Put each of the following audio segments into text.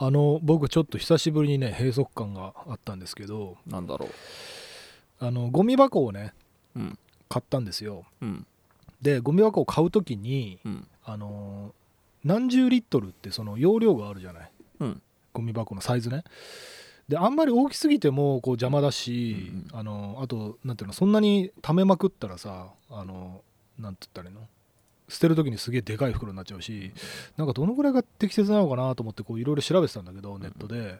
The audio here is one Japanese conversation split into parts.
僕ちょっと久しぶりにね閉塞感があったんですけど、 なんだろゴミ箱をね、 う。うん買ったんですよ。 うんでゴミ箱を買うときに、 うん何十リットルってその容量があるじゃない、 うんゴミ箱のサイズね。であんまり大きすぎてもこう邪魔だし、 うんあとなんていうの、そんなに溜めまくったらさ、なんて言ったらいいの、捨てる時にすげえでかい袋になっちゃうし、なんかどのぐらいが適切なのかなと思ってこういろいろ調べてたんだけど、ネットで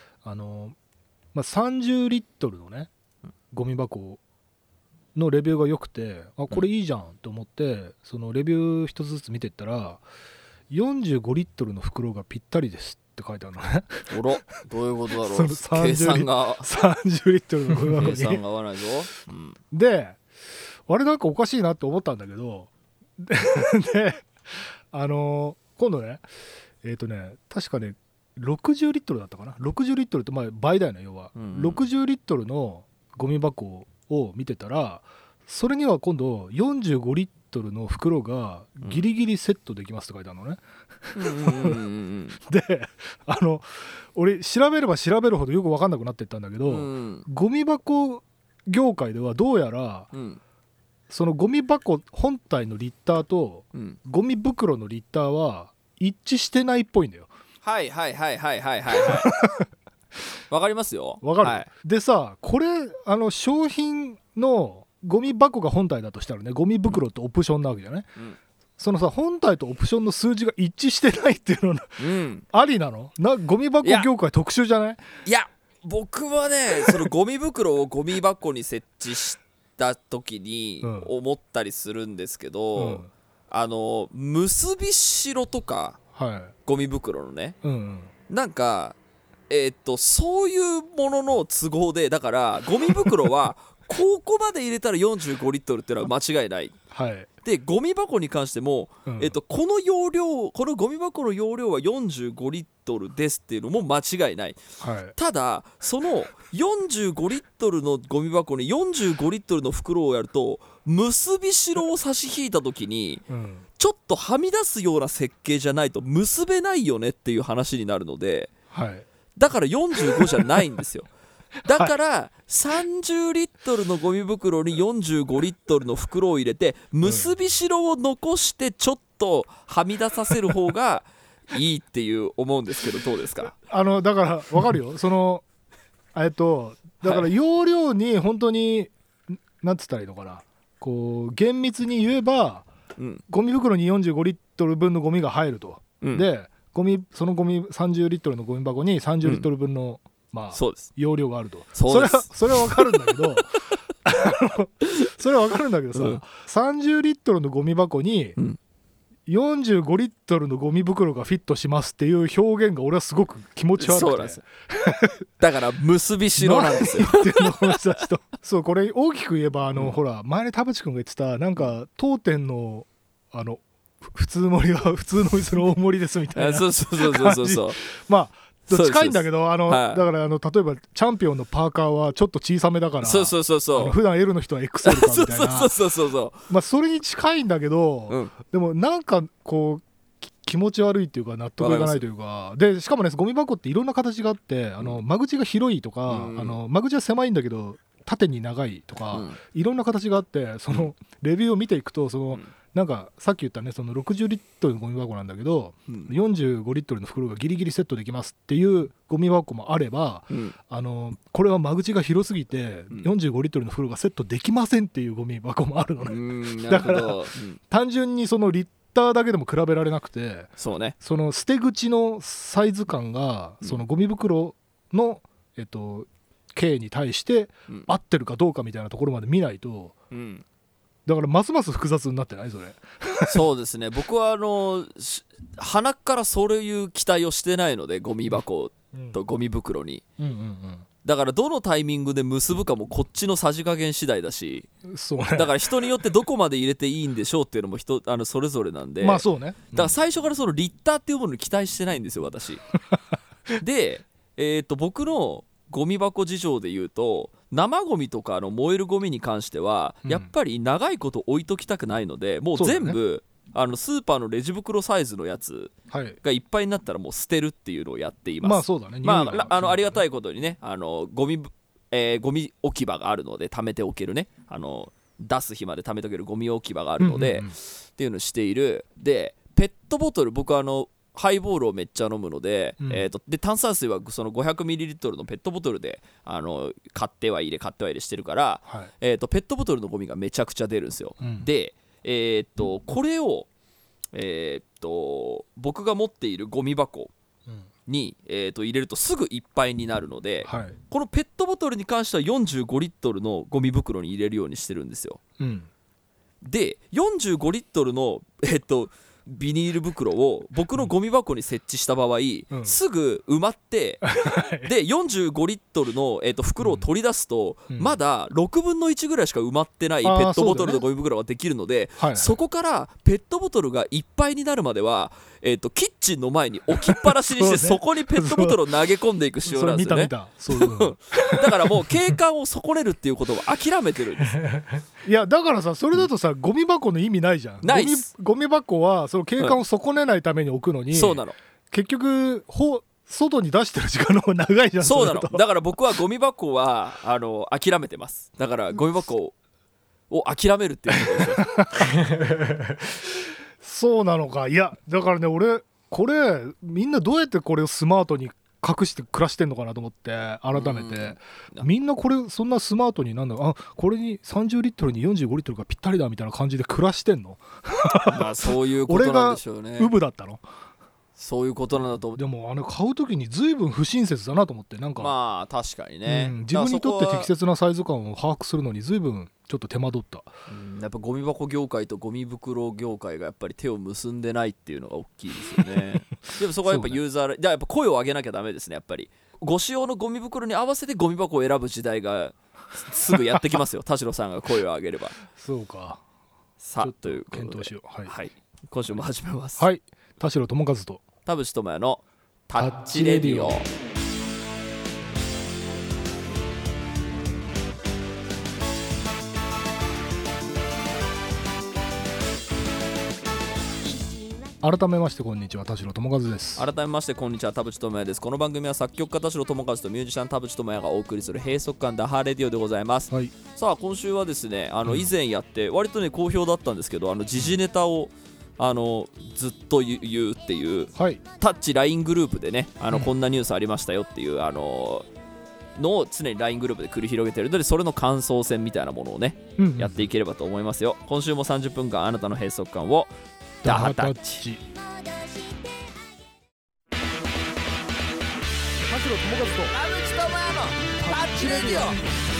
30リットルのねゴミ箱のレビューが良くて、あこれいいじゃんと思ってそのレビュー一つずつ見ていったら、45リットルの袋がぴったりですって書いてあるのね。 おろ、どういうことだろそのう。計算が 30リットルのゴミ箱計算にが合わないぞ。うんであれなんかおかしいなって思ったんだけど、で今度ね確かね60リットルだったかな。60リットルってまあ倍だよね、要は、60リットルのゴミ箱を見てたら、それには今度45リットルの袋がギリギリセットできますって書いてあるのね。で俺調べれば調べるほどよく分かんなくなっていったんだけど、ゴミ箱業界ではどうやら、そのゴミ箱本体のリッターとゴミ袋のリッターは一致してないっぽいんだよ。 はいはいはいはいはいはいわかりますよ。 わかる、 はい、 でさ、これ商品のゴミ箱が本体だとしたらね、ゴミ袋とオプションなわけじゃない、そのさ本体とオプションの数字が一致してないっていうのありなの？ゴミ箱業界特殊じゃない？ いや僕はねそのゴミ袋をゴミ箱に設置した時に思ったりするんですけど、結び代とか、ゴミ袋のね、なんかそういうものの都合で、だからゴミ袋はここまで入れたら45リットルっていうのは間違いない、でゴミ箱に関しても、この容量、このゴミ箱の容量は45リットルですっていうのも間違いない、ただその45リットルのゴミ箱に45リットルの袋をやると、結び代を差し引いた時に、ちょっとはみ出すような設計じゃないと結べないよねっていう話になるので、だから45じゃないんですよ。だから30リットルのゴミ袋に45リットルの袋を入れて、結び代を残してちょっとはみ出させる方がいいっていう思うんですけど、どうですか？ だから分かるよ。そのだから容量に本当になんつったらいいのかな、こう厳密に言えば、ゴミ袋に45リットル分のゴミが入ると、でそのゴミ30リットルのゴミ箱に30リットル分の、容量があると、それは分かるんだけどそれは分かるんだけどさ、30リットルのゴミ箱に45リットルのゴミ袋がフィットしますっていう表現が俺はすごく気持ち悪くて、 そうなんですだから結び代なんですよそうこれ大きく言えばほら前に田淵君が言ってたなんか当店の普通盛りは普通の水の大盛りですみたいな感じまあ近いんだけどだから例えばチャンピオンのパーカーはちょっと小さめだから普段 L の人は XL かみたいなそれに近いんだけど、でもなんかこう気持ち悪いっていうか納得いかないというかで、しかもねゴミ箱っていろんな形があって間口が広いとか間口は狭いんだけど縦に長いとか、いろんな形があって、そのレビューを見ていくとなんかさっき言ったねその60リットルのゴミ箱なんだけど、45リットルの袋がギリギリセットできますっていうゴミ箱もあれば、これは間口が広すぎて45リットルの袋がセットできませんっていうゴミ箱もあるのね。だから単純にそのリッターだけでも比べられなくて、その捨て口のサイズ感がそのゴミ袋の径に対して合ってるかどうかみたいなところまで見ないと、だからますます複雑になってないそれそうですね。僕は鼻からそういう期待をしてないので、ゴミ箱とゴミ袋に、だからどのタイミングで結ぶかもこっちのさじ加減次第だし、だから人によってどこまで入れていいんでしょうっていうのもそれぞれなんで、だから最初からそのリッターっていうものに期待してないんですよ私で、僕のゴミ箱事情で言うと、生ゴミとか燃えるゴミに関してはやっぱり長いこと置いときたくないので、もう全部スーパーのレジ袋サイズのやつがいっぱいになったらもう捨てるっていうのをやっています。 まあそうだね。 ありがたいことにね、ゴミ置き場があるので、貯めておけるね、出す日まで貯めておけるゴミ置き場があるので、っていうのをしている。でペットボトル、僕ハイボールをめっちゃ飲むので、で炭酸水はその 500ml のペットボトルで買っては入れしてるから、ペットボトルのゴミがめちゃくちゃ出るんですよ。でこれを僕が持っているゴミ箱に入れるとすぐいっぱいになるので、このペットボトルに関しては45リットルのゴミ袋に入れるようにしてるんですよ。で45リットルのビニール袋を僕のゴミ箱に設置した場合、すぐ埋まってで45リットルの、袋を取り出すと、まだ6分の1ぐらいしか埋まってないペットボトルのゴミ袋ができるので、そこからペットボトルがいっぱいになるまでは、キッチンの前に置きっぱなしにしてそこにペットボトルを投げ込んでいく仕様なんですよね。だからもう景観を損ねるっていうことを諦めてるんです。 いやだからさ、それだとさ、ゴミ箱の意味ないじゃん。ゴミ箱はその景観を損ねないために置くのに、そうなの。結局外に出してる時間の方が長いじゃん。 そうなの。だから僕はゴミ箱は諦めてます。だからゴミ箱を諦めるっていうことですよ。 そうなのか。いやだからね、俺これみんなどうやってこれをスマートに隠して暮らしてんのかなと思って改めて、みんなこれそんなスマートにこれに30リットルに45リットルがぴったりだみたいな感じで暮らしてんの？ まあそういうことなんでしょうね。 俺がウブだったの？ そういうことなんだと思う。 でも買う時に随分不親切だなと思って、 まあ確かにね、 自分にとって適切なサイズ感を把握するのに随分ちょっと手間取った。 やっぱゴミ箱業界とゴミ袋業界がやっぱり手を結んでないっていうのが大きいですよね。でもそこはやっぱユーザー、じゃあやっぱ声を上げなきゃダメですね。やっぱりご使用のゴミ袋に合わせてゴミ箱を選ぶ時代がすぐやってきますよ。田代さんが声を上げれば。 そうか。 さあということで検討しよう。はい、 今週も始めます。 はい、田代智和と田淵智也のタッチレディオ。 改めましてこんにちは、田代智和です。 改めましてこんにちは、田淵智也です。この番組は作曲家田代智和とミュージシャン田淵智也がお送りする閉塞感ダハーレディオでございます。さあ今週はですね、以前やって割とね好評だったんですけど、時事ネタをずっと言うっていう、タッチ LINE グループでね、こんなニュースありましたよっていうのを常に LINE グループで繰り広げているので、それの感想戦みたいなものをね、やっていければと思いますよ。今週も30分間あなたの閉塞感をダハタッチ。 田代智和と田淵智也のタッチレディオ。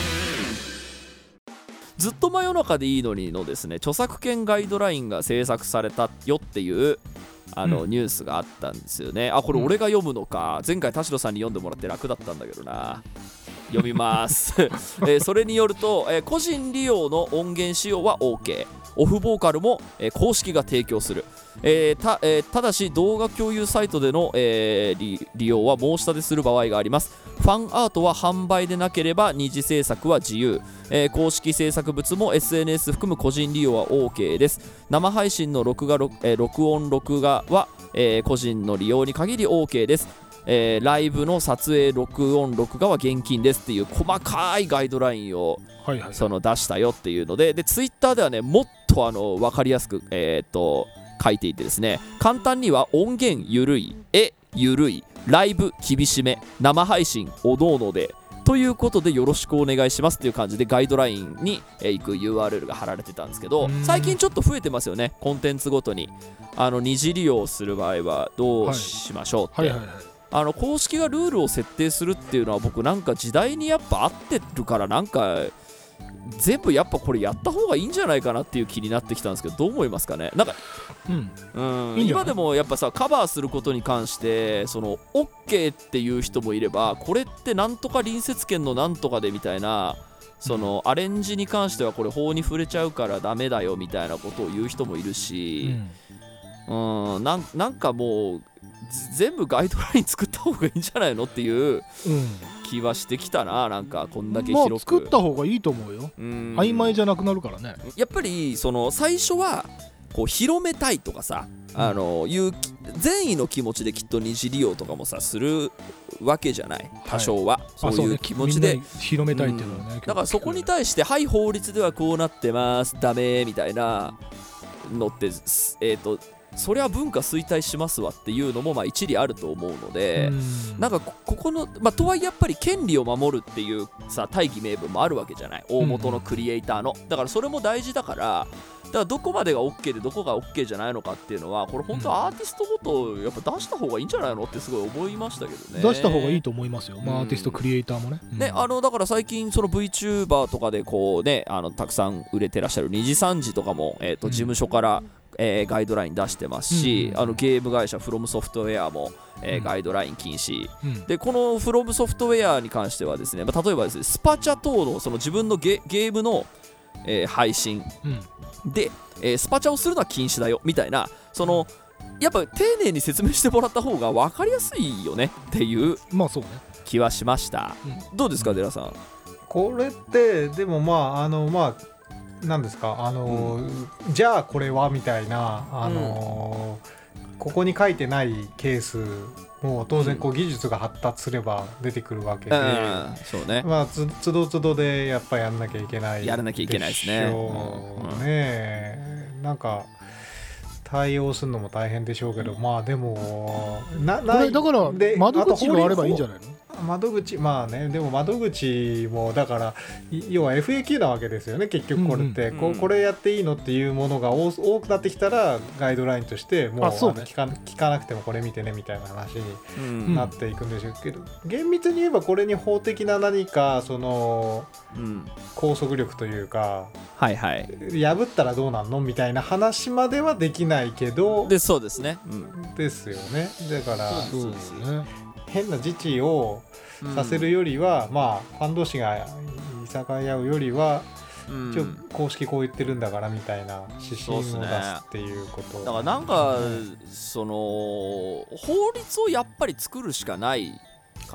ずっと真夜中でいいのにのですね、著作権ガイドラインが制作されたよっていうニュースがあったんですよね。これ俺が読むのか。前回田代さんに読んでもらって楽だったんだけどな。読みますそれによると、個人利用の音源使用は OK、 オフボーカルも、公式が提供する、ただし動画共有サイトでの、利用は申し立てする場合があります。ファンアートは販売でなければ二次制作は自由、公式制作物も SNS 含む個人利用は OK です。生配信の録音録画は、個人の利用に限り OK です。ライブの撮影録音録画は厳禁ですっていう細かいガイドラインを、その出したよっていうので、ツイッターではねもっと分かりやすく、書いていてですね、簡単には音源ゆるい、ゆるい、ライブ厳しめ、生配信おのおのでということでよろしくお願いしますっていう感じでガイドラインに行く URL が貼られてたんですけど、最近ちょっと増えてますよね。コンテンツごとに二次利用する場合はどうしましょうって、公式がルールを設定するっていうのは僕なんか時代にやっぱ合ってるから、なんか全部やっぱこれやった方がいいんじゃないかなっていう気になってきたんですけど、どう思いますかね。なんか、今でもやっぱさカバーすることに関してその OK っていう人もいれば、これってなんとか隣接権のなんとかでみたいな、そのアレンジに関してはこれ法に触れちゃうからダメだよみたいなことを言う人もいるし、なんかもう全部ガイドライン作った方がいいんじゃないのっていう気はしてきたな。なんかこんだけ広く、 作った方がいいと思うよ。曖昧じゃなくなるからね。 やっぱりその最初はこう広めたいとかさ、いう善意の気持ちできっと二次利用とかもさするわけじゃない、多少は、そういう気持ちで、 広めたいっていうのはね、 だからそこに対してはい法律ではこうなってますダメみたいなのってそりゃ文化衰退しますわっていうのもまあ一理あると思うので、なんかここの、とはいえやっぱり権利を守るっていうさ大義名分もあるわけじゃない、大元のクリエイターの、だからそれも大事だから、だからどこまでが OK でどこが OK じゃないのかっていうのはこれ本当アーティストごとやっぱ出した方がいいんじゃないのってすごい思いましたけどね。 出した方がいいと思いますよ、アーティストクリエイターもね。 だから最近その VTuber とかでこうねたくさん売れてらっしゃる2時3時とかも事務所からガイドライン出してますし、ゲーム会社フロムソフトウェアもガイドライン禁止、でこのフロムソフトウェアに関してはですね、例えばですねスパチャ等のその自分のゲームの配信で、スパチャをするのは禁止だよみたいな、そのやっぱ丁寧に説明してもらった方が分かりやすいよねっていう気はしました、どうですかデラさん。 これってでもなんですかじゃあこれはみたいなここに書いてないケースも当然こう技術が発達すれば出てくるわけで、 そうね、 つどつどでやっぱやらなきゃいけないですね。 なんか対応するのも大変でしょうけど、でもだから窓口があればいいんじゃないの。 窓口でも窓口もだから要は FAQ なわけですよね結局これって、これやっていいのっていうものが多くなってきたらガイドラインとしてもう聞かなくてもこれ見てねみたいな話になっていくんでしょうけど、厳密に言えばこれに法的な何かその拘束力というか、破ったらどうなんのみたいな話まではできないけどそうですね、 ですよね。だからそうですね、 変な自治をさせるよりは、ファン同士がいさかい合うよりは、公式こう言ってるんだからみたいな指針を出すっていうこと、 だからなんか、その法律をやっぱり作るしかないから、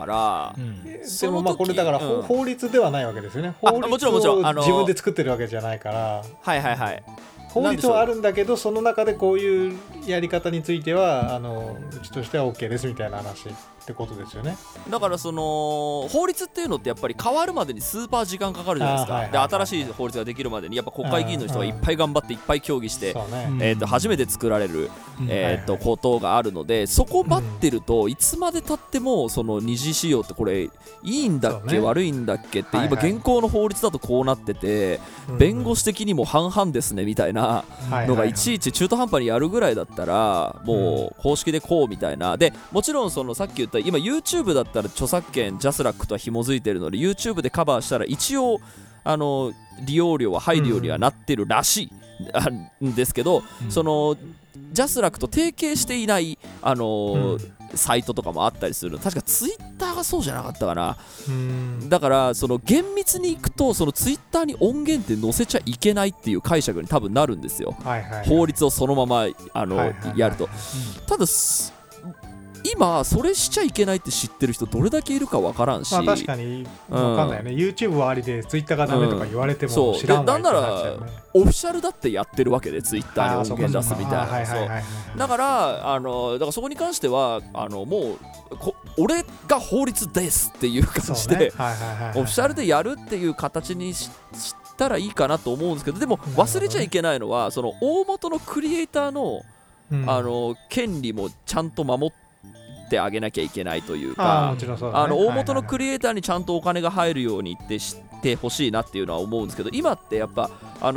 でもこれだから法律ではないわけですよね。法律を自分で作ってるわけじゃないから、法律はあるんだけどその中でこういうやり方についてはうちとしては OK ですみたいな話ってことですよね。 だからその法律っていうのってやっぱり変わるまでにスーパー時間かかるじゃないですか。で新しい法律ができるまでにやっぱ国会議員の人がいっぱい頑張っていっぱい協議して、初めて作られることがあるので、そこ待ってるといつまで経ってもその二次使用ってこれいいんだっけ悪いんだっけって今現行の法律だとこうなってて、弁護士的にも半々ですねみたいなのがいちいち中途半端にやるぐらいだったらもう公式でこうみたいな。でもちろんそのさっき言った今 YouTube だったら著作権ジャスラックとは紐づいてるので YouTube でカバーしたら一応利用料は入るようにはなってるらしいんですけど、そのジャスラックと提携していないサイトとかもあったりする。確かツイッターがそうじゃなかったかな。だからその厳密にいくとそのツイッターに音源って載せちゃいけないっていう解釈に多分なるんですよ、法律をそのままやると。ただ今それしちゃいけないって知ってる人どれだけいるか分からんし、 確かに分かんないよね、YouTube はありで Twitter がダメとか言われても知らんわなんならオフィシャルだってやってるわけで Twitter に音源出すみたいな。だからそこに関してはもう俺が法律ですっていう感じでオフィシャルでやるっていう形にしたらいいかなと思うんですけど、でも忘れちゃいけないのはその大元のクリエイターの権利もちゃんと守ってあげなきゃいけないというか、大元のクリエイターにちゃんとお金が入るようにってしてほしいなっていうのは思うんですけど、今ってやっぱ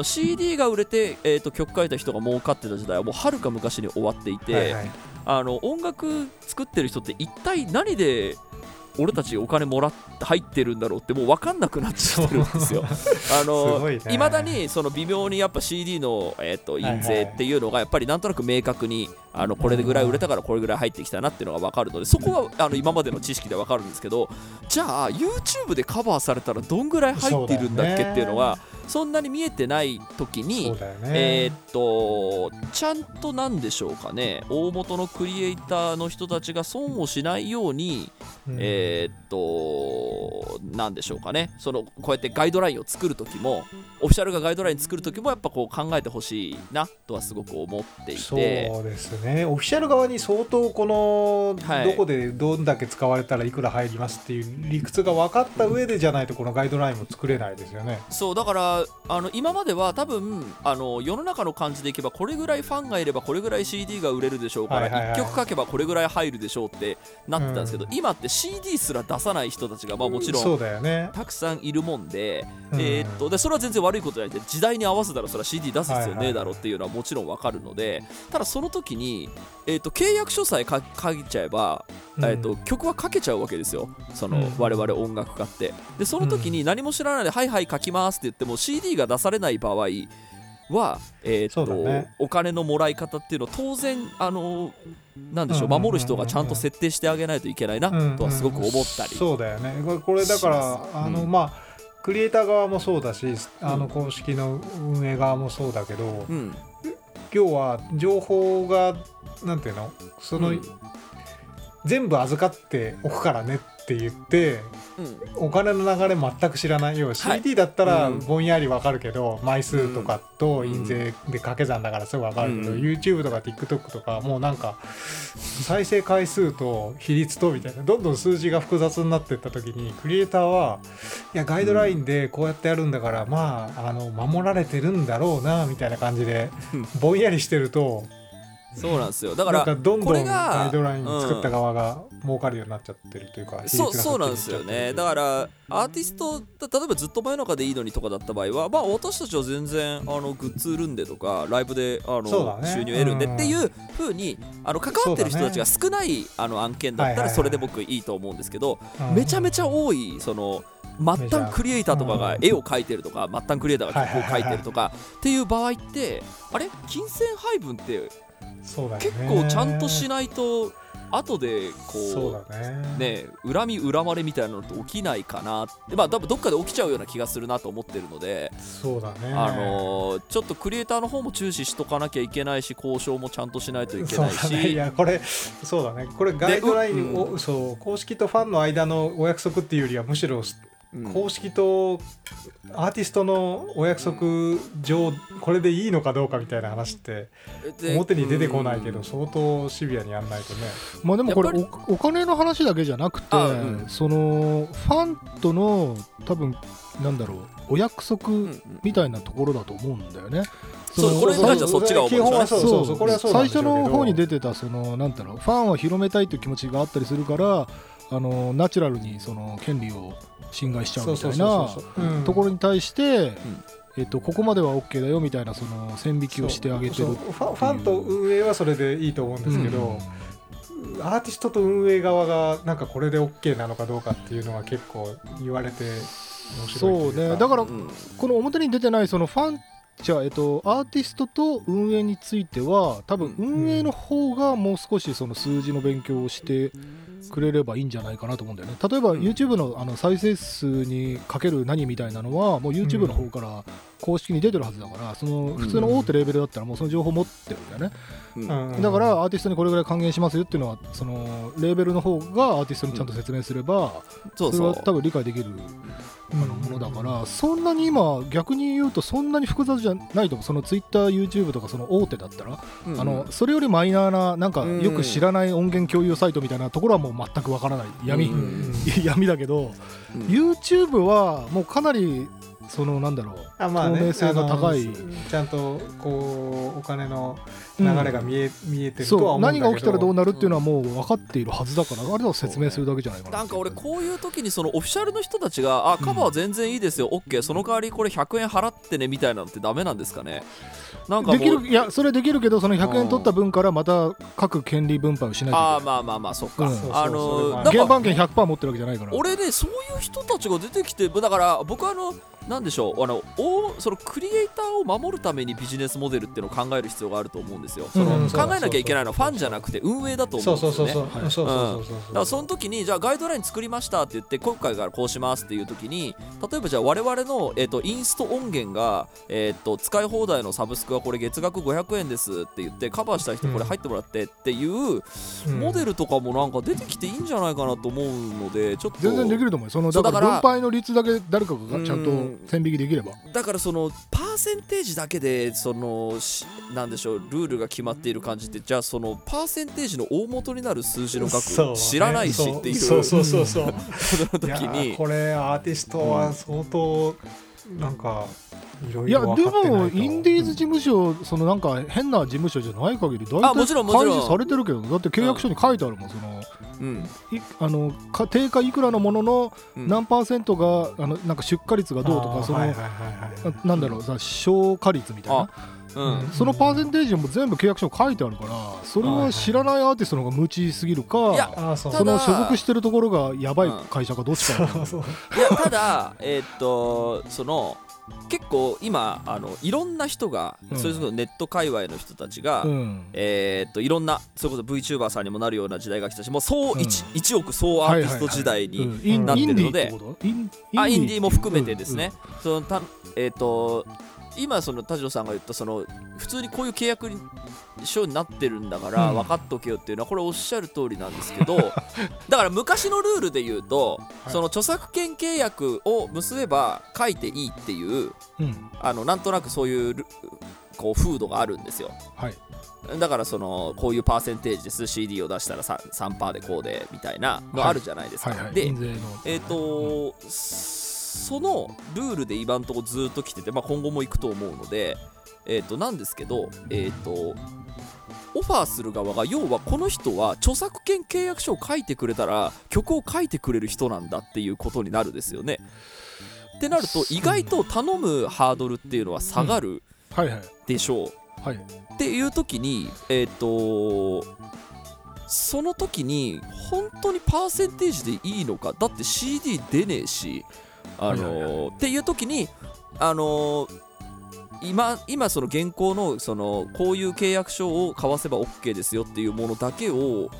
CD が売れて、曲書いた人が儲かってた時代はもうはるか昔に終わっていて、音楽作ってる人って一体何で俺たちお金もらって入ってるんだろうってもう分かんなくなっちゃってるんですよ。いまだにその微妙にやっぱ CD の、印税っていうのがやっぱりなんとなく明確にこれぐらい売れたからこれぐらい入ってきたなっていうのが分かるので、そこは今までの知識で分かるんですけど、じゃあ YouTube でカバーされたらどんぐらい入ってるんだっけっていうのがそんなに見えてない時に、ちゃんとなんでしょうかね、大元のクリエイターの人たちが損をしないように、なんでしょうかね、こうやってガイドラインを作る時も、オフィシャルがガイドライン作る時もやっぱこう考えてほしいなとはすごく思っていて。 そうですね、オフィシャル側に相当この、どこでどんだけ使われたらいくら入りますっていう理屈が分かった上でじゃないとこのガイドラインも作れないですよね。 そうだから今までは多分世の中の感じでいけばこれぐらいファンがいればこれぐらい CD が売れるでしょうから、1曲書けばこれぐらい入るでしょうってなってたんですけど、今って CD すら出さない人たちがもちろんそうだよね、 たくさんいるもんで、でそれは全然悪いことじゃなくて、時代に合わせたらそれは CD 出す必要ねえだろうっていうのはもちろん分かるので、ただその時に、契約書さえ書いちゃえば、曲は書けちゃうわけですよ、我々音楽家って。でその時に何も知らないで、はいはい書きますって言っても CD が出されない場合は、お金のもらい方っていうのを当然なんでしょう、守る人がちゃんと設定してあげないといけないなとはすごく思ったり。 そうだよね、これだからクリエイター側もそうだし、公式の運営側もそうだけど、要は情報がなんていうの、全部預かっておくからねって言って、お金の流れ全く知らないよう、CD だったらぼんやり分かるけど、枚数とかと印税で掛け算だからすぐ分かるけど、YouTube とか TikTok とかもうなんか再生回数と比率とみたいな、どんどん数字が複雑になっていった時に、クリエイターはいやガイドラインでこうやってやるんだから、守られてるんだろうなみたいな感じでぼんやりしてるとそうなんですよ。だからどんどんガイドライン作った側が儲かるようになっちゃってるというか、 そうなんですよね。だからアーティスト、例えばずっと真夜中でいいのにとかだった場合は、私たちは全然グッズ売るんでとか、ライブで収入得るんでっていう風に関わってる人たちが少ない案件だったらそれで僕いいと思うんですけど、めちゃめちゃ多い末端クリエイターとかが絵を描いてるとか、末端クリエイターが曲を描いてるとかっていう場合って、あれ金銭配分って結構ちゃんとしないと後でこうね、恨み恨まれみたいなのって起きないかなって、多分どっかで起きちゃうような気がするなと思ってるので、 そうだね、 ちょっとクリエイターの方も注視しとかなきゃいけないし、交渉もちゃんとしないといけないし、 そうだね、いやこれそうだね、これガイドラインを、公式とファンの間のお約束っていうよりはむしろ公式とアーティストのお約束上これでいいのかどうかみたいな話って表に出てこないけど、相当シビアにやんないとね。 でもこれ お金の話だけじゃなくて、ファンとの多分なんだろう、お約束みたいなところだと思うんだよね。 これに関してはそっちが思うんですよね。 最初の方に出てたなんだろう、ファンを広めたいという気持ちがあったりするから、ナチュラルに権利を侵害しちゃうみたいなところに対して、ここまでは OK だよみたいな線引きをしてあげてる。 ファンと運営はそれでいいと思うんですけど、アーティストと運営側がなんかこれで OK なのかどうかっていうのが結構言われて面白いというか。 そうね、だからこの表に出てないファンアーティストと運営については多分運営の方がもう少し数字の勉強をしてくれればいいんじゃないかなと思うんだよね。例えば YouTube の再生数にかける何みたいなのはもう YouTube の方から公式に出てるはずだから、普通の大手レーベルだったらもうその情報持ってるんだよね。だからアーティストにこれぐらい還元しますよっていうのはレーベルの方がアーティストにちゃんと説明すれば、それは多分理解できるものだから、そんなに今逆に言うとそんなに複雑じゃないと思う。Twitter、YouTube とか大手だったら、それよりマイナーななんかよく知らない音源共有サイトみたいなところはもう全くわからない闇だけど、YouTube はもうかなりなんだろう、透明性が高い、 ちゃんとこうお金の流れが見えてるとは思うんだけど、 何が起きたらどうなるっていうのはもう分かっているはずだから、あれを説明するだけじゃないかな。 なんか俺こういう時にオフィシャルの人たちがカバーは全然いいですよ、OK、その代わりこれ100円払ってねみたいなのってダメなんですかね。なんかもうできる、いやそれできるけど、その100円取った分からまた各権利分配をしないといけない。 まあそっか、 原版権 100% 持ってるわけじゃないから。 俺ね、そういう人たちが出てきて、だから僕なんでしょう、そのクリエイターを守るためにビジネスモデルっていうのを考える必要があると思うんですよ。考えなきゃいけないのはファンじゃなくて運営だと思うんですよね。だからその時にじゃあガイドライン作りましたって言って今回からこうしますっていう時に、例えばじゃあ我々の、インスト音源が、使い放題のサブスクはこれ月額500円ですって言ってカバーした人これ入ってもらってっていうモデルとかもなんか出てきていいんじゃないかなと思うので、ちょっと全然できると思うよ。だから分配の率だけ誰かがちゃんと線引きできれば。 だからそのパーセンテージだけでなんでしょう、ルールが決まっている感じって、じゃあそのパーセンテージの大元になる数字の額知らないしっていう、 その時にこれアーティストは相当なんかいやでもインディーズ事務所、そのなんか変な事務所じゃない限り大体開示されてるけど、だって契約書に書いてあるもん、その定価いくらのものの何パーセントがなんか出荷率がどうとか、そのなんだろうさ、消化率みたいな、そのパーセンテージも全部契約書に書いてあるから、それは知らないアーティストの方が無知すぎるか、その所属してるところがやばい会社かどっちか。 いやただその結構今いろんな人が、それこそネット界隈の人たちが、いろんなそれこそ VTuber さんにもなるような時代が来たし、もう1億総アーティスト時代になってるので、インディーも含めてですね、今その田代さんが言ったその普通にこういう契約書になってるんだから分かっとけよっていうのはこれおっしゃる通りなんですけど、だから昔のルールで言うと、その著作権契約を結べば書いていいっていう、なんとなくそういうこう風土があるんですよ。だからそのこういうパーセンテージです、 CD を出したら 3% でこうでみたいなのあるじゃないですか。でそのルールで今のところずっと来てて、今後も行くと思うので、なんですけど、オファーする側が要はこの人は著作権契約書を書いてくれたら曲を書いてくれる人なんだっていうことになるですよね。ってなると意外と頼むハードルっていうのは下がるでしょう。っていう時にその時に本当にパーセンテージでいいのか、だって CD 出ねえし、っていう時に今その現行のそのこういう契約書を交わせば OK ですよっていうものだけを、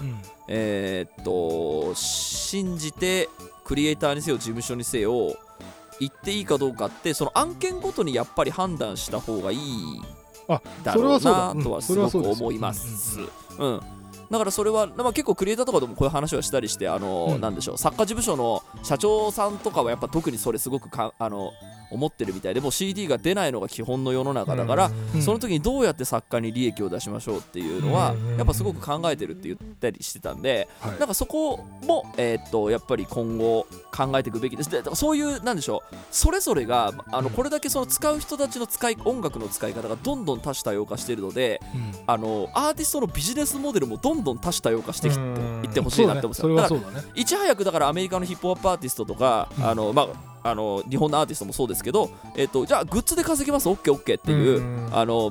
信じてクリエイターにせよ事務所にせよ言っていいかどうかって、その案件ごとにやっぱり判断した方がいいだろうなとはすごく思います。だからそれは、結構クリエイターとかでもこういう話はしたりして、なんでしょう、作家事務所の社長さんとかはやっぱ特にそれすごく思ってるみたいで、もう CD が出ないのが基本の世の中だから、その時にどうやって作家に利益を出しましょうっていうのはやっぱすごく考えてるって言ったりしてたんで、なんかそこもやっぱり今後考えていくべきです。でそういうなんでしょう、それぞれがこれだけその使う人たちの音楽の使い方がどんどん多種多様化しているので、アーティストのビジネスモデルもどんどん多種多様化していってほしいなって思うんですよ。だからいち早くだからアメリカのヒップホップアーティストとか日本のアーティストもそうですけど、じゃあグッズで稼ぎます OKOK っていう、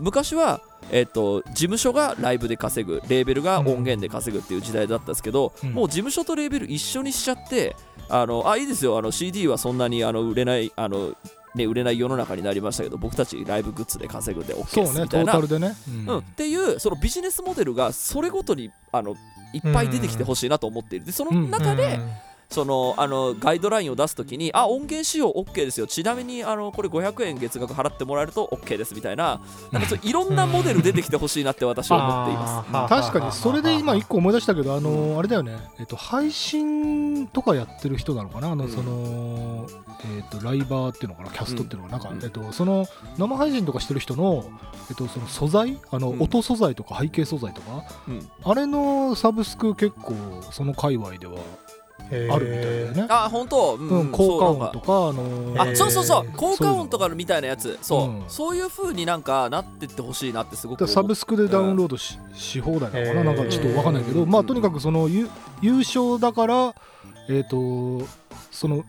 昔は、事務所がライブで稼ぐ、レーベルが音源で稼ぐっていう時代だったんですけど、もう事務所とレーベル一緒にしちゃって、いいですよ、CD はそんなに売れない売れない世の中になりましたけど、僕たちライブグッズで稼ぐで OK ですみたいな、 トータルでね、 っていうそのビジネスモデルがそれごとにいっぱい出てきてほしいなと思っている。でその中で、そのガイドラインを出すときに音源使用 OK ですよ、ちなみにこれ500円月額払ってもらえると OK ですみたいな、なんかそういろんなモデル出てきてほしいなって私は思っています。 確かにそれで今一個思い出したけど、あれだよね、配信とかやってる人なのかな、そのライバーっていうのかな、キャストっていうのかな、なんかその生配信とかしてる人のその素材、音素材とか背景素材とか、あれのサブスク結構その界隈ではあるみたいだよね。 本当、 効果音とかそう効果音とかみたいなやつ、そういう風になんかなってってほしいなってすごく思う。 サブスクでダウンロード し放題なのかな、なんかちょっと分かんないけど、とにかくその優勝だからその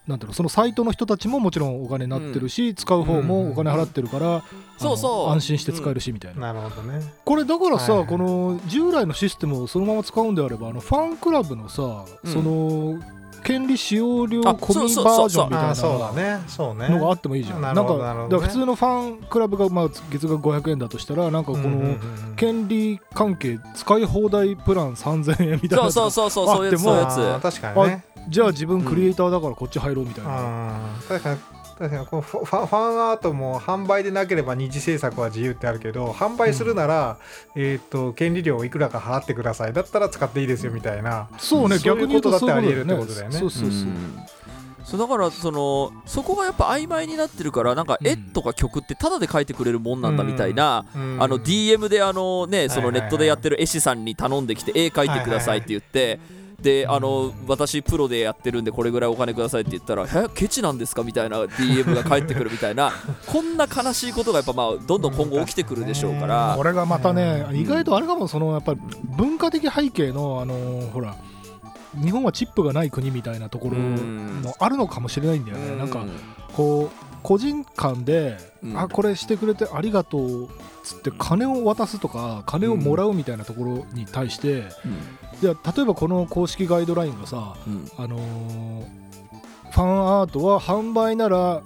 なんていうの、そのサイトの人たちももちろんお金になってるし、使う方もお金払ってるから、安心して使えるしみたいな。 なるほどね。 これだからさ、この従来のシステムをそのまま使うんであれば、ファンクラブのさ、その権利使用料込みバージョンみたいなのがあってもいいじゃん。なんか普通のファンクラブが月額500円だとしたら、なんかこの権利関係使い放題プラン3000円みたいなのがあっても、 確かにね、 じゃあ自分クリエイターだからこっち入ろうみたいな。 確かにこのファンアートも販売でなければ二次制作は自由ってあるけど、販売するなら、権利料をいくらか払ってください、だったら使っていいですよみたいな、 そうね、逆に言うとそういうことだってあり得るってことだよね。 そうだからそこがやっぱ曖昧になってるから、なんか絵とか曲ってタダで描いてくれるもんなんだみたいな、DM でそのネットでやってる絵師さんに頼んできて絵描いてくださいって言って、で私プロでやってるんでこれぐらいお金くださいって言ったら、ケチなんですかみたいな DM が返ってくるみたいなこんな悲しいことがやっぱどんどん今後起きてくるでしょうから、 これがまたね、意外とあれかも、やっぱり文化的背景のほら日本はチップがない国みたいなところもあるのかもしれないんだよね。なんかこう個人間で、これしてくれてありがとうつって金を渡すとか金をもらうみたいなところに対して、じゃあ例えばこの公式ガイドラインがさ、ファンアートは販売なら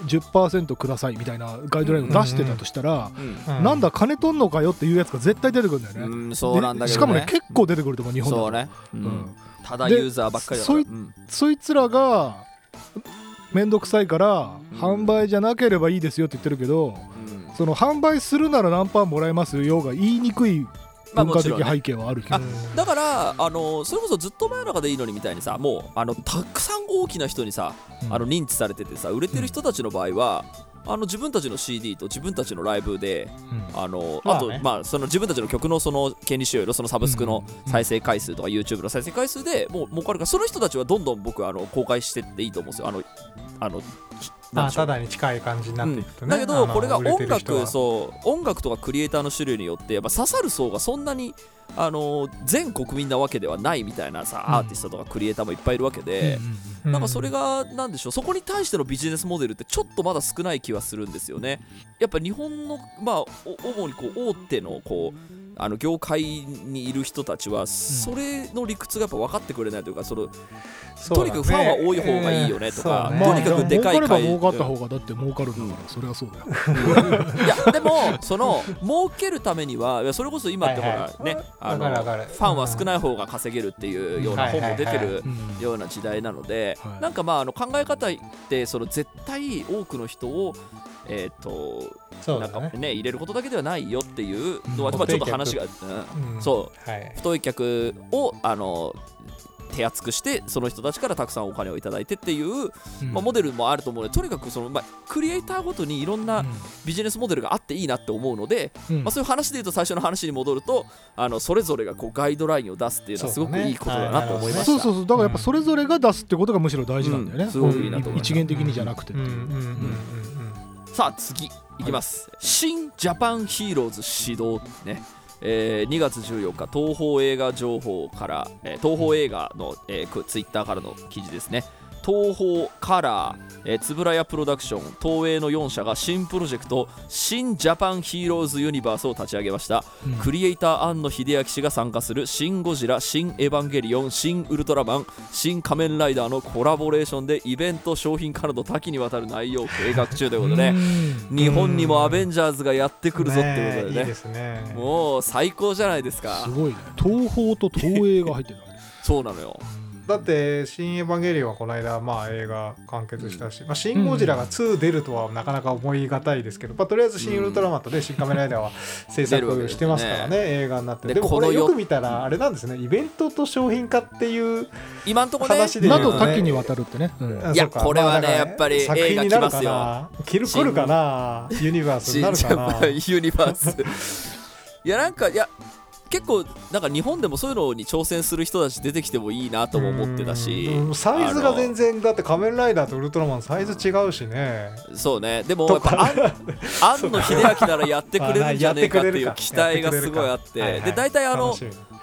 10% くださいみたいなガイドラインを出してたとしたら、なんだ金取んのかよっていうやつが絶対出てくるんだよね。 そうなんだけどね。 しかもね、結構出てくると思う、日本でも。 そうね、ただユーザーばっかりだから。 そいつらがめんどくさいから販売じゃなければいいですよって言ってるけど、その販売するなら何パーもらえますよが言いにくい文化的背景はあるけど、 だからそれこそずっと前の中でいいのにみたいにさ、もうたくさん大きな人にさ、認知されててさ、売れてる人たちの場合は、自分たちの CD と自分たちのライブで、あとその自分たちの曲のその権利使用料、そのサブスクの再生回数とか YouTube の再生回数でもう儲かるから、その人たちはどんどん僕公開してっていいと思うんですよ。 ただに近い感じになっていくとね。 だけどこれが音楽とかクリエイターの種類によってやっぱ刺さる層がそんなに全国民なわけではないみたいなさ、アーティストとかクリエイターもいっぱいいるわけで、なんかそれがなんでしょう、そこに対してのビジネスモデルってちょっとまだ少ない気はするんですよね。やっぱ日本の主に大手の業界にいる人たちはそれの理屈がやっぱ分かってくれないというか、とにかくファンは多い方がいいよねとか、とにかくでかい儲かれば儲かった方がだって儲かるんだから、それはそうだよ。 いやでも儲けるためには、それこそ今ってほらね、ファンは少ない方が稼げるっていうような本も出てるような時代なので、なんか考え方って絶対多くの人をなんかね入れることだけではないよっていうのは、ちょっと話が太い客を手厚くしてその人たちからたくさんお金をいただいてっていう、モデルもあると思うので、とにかくクリエイターごとにいろんなビジネスモデルがあっていいなって思うので、そういう話で言うと最初の話に戻ると、それぞれがガイドラインを出すっていうのはすごくいいことだなと思いました。 そうだからやっぱそれぞれが出すってことがむしろ大事なんだよね。 すごくいいなと思いました。 一元的にじゃなくてっていう。 さあ次いきます、新ジャパンヒーローズ始動ね。2月14日東宝映画情報から、東宝映画の、ツイッターからの記事ですね。東宝カラー、円谷プロダクション、東映の4社が新プロジェクト新ジャパンヒーローズユニバースを立ち上げました、クリエイター庵野秀明氏が参加する新ゴジラ、新エヴァンゲリオン、新ウルトラマン、新仮面ライダーのコラボレーションでイベント商品化など多岐にわたる内容を計画中ということでね、日本にもアベンジャーズがやってくるぞっていうことでね、 いいですね。 もう最高じゃないですか。 すごいね、東宝と東映が入ってるそうなのよ。 だって新エヴァンゲリオンはこの間映画完結したし、新ゴジラが2出るとはなかなか思いがたいですけど、とりあえず新ウルトラマンと新仮面ライダーは制作してますからね、映画になって。でもこれよく見たらあれなんですね、イベントと商品化っていう今んとこね話でなど多岐にわたるってね、 いやこれはねやっぱり映画来ますよ。 来るかな、ユニバースになるかな、 ユニバースいやなんか結構なんか日本でもそういうのに挑戦する人たち出てきてもいいなとも思ってたし、 サイズが全然だって仮面ライダーとウルトラマンサイズ違うしね。 そうね、でもやっぱ庵野秀明ならやってくれるんじゃねえかっていう期待がすごいあって、で大体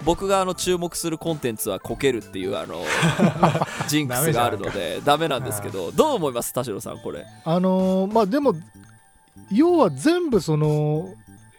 僕が注目するコンテンツはこけるっていうジンクスがあるのでダメなんですけど、どう思います田代さんこれ。 まあでも要は全部その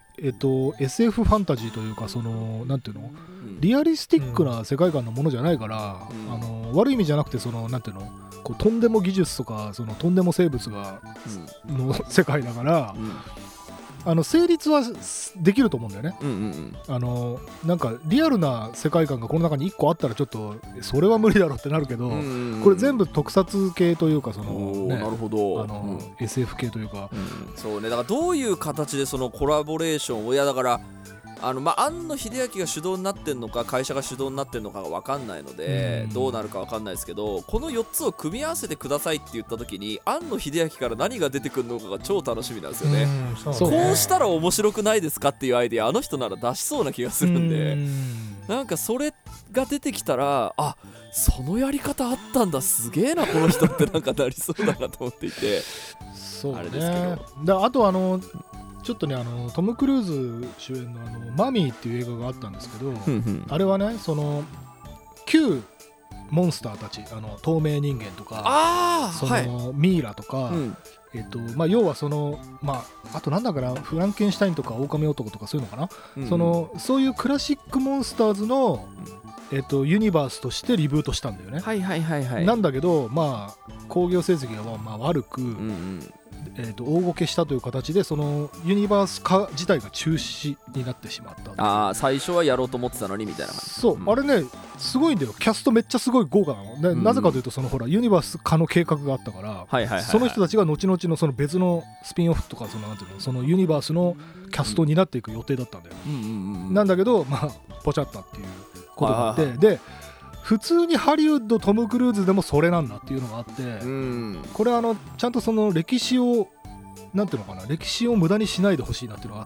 SF ファンタジーというかなんていうの、リアリスティックな世界観のものじゃないから、悪い意味じゃなくてなんていうの、こうとんでも技術とかとんでも生物が、の世界だから、成立はできると思うんだよね。なんかリアルな世界観がこの中に1個あったらちょっとそれは無理だろうってなるけど、これ全部特撮系というかなるほど、 SF 系というか、 そうね、だからどういう形でそのコラボレーションを、いやだから庵野秀明が主導になってんのか会社が主導になってんのかが分かんないので、どうなるか分かんないですけど、この4つを組み合わせてくださいって言った時に庵野秀明から何が出てくるのかが超楽しみなんですよね。こうしたら面白くないですかっていうアイデア、あの人なら出しそうな気がするんで、なんかそれが出てきたら、あ、そのやり方あったんだ、すげえなこの人ってなんかなりそうだなと思っていてそうね、 あれですけど、 あとちょっとねトム・クルーズ主演のマミーっていう映画があったんですけど、あれはね旧モンスターたち、透明人間とか、ミイラとか、要はあとなんだかな、フランケンシュタインとか狼男とかそういうのかな、そういうクラシックモンスターズのユニバースとしてリブートしたんだよね。なんだけど興行成績が悪く、大ごけしたという形でそのユニバース化自体が中止になってしまった。 最初はやろうと思ってたのにみたいな感じ。 そう、あれねすごいんだよ、キャストめっちゃすごい豪華なの、なぜかというとほらユニバース化の計画があったから、その人たちが後々の別のスピンオフとかなんていうの、そのユニバースのキャストになっていく予定だったんだよ。なんだけどポチャったっていうことがあって、で普通にハリウッドトム・クルーズでもそれなんだっていうのがあって、これちゃんと歴史をなんていうのかな、歴史を無駄にしないでほしいなっていうのがあって、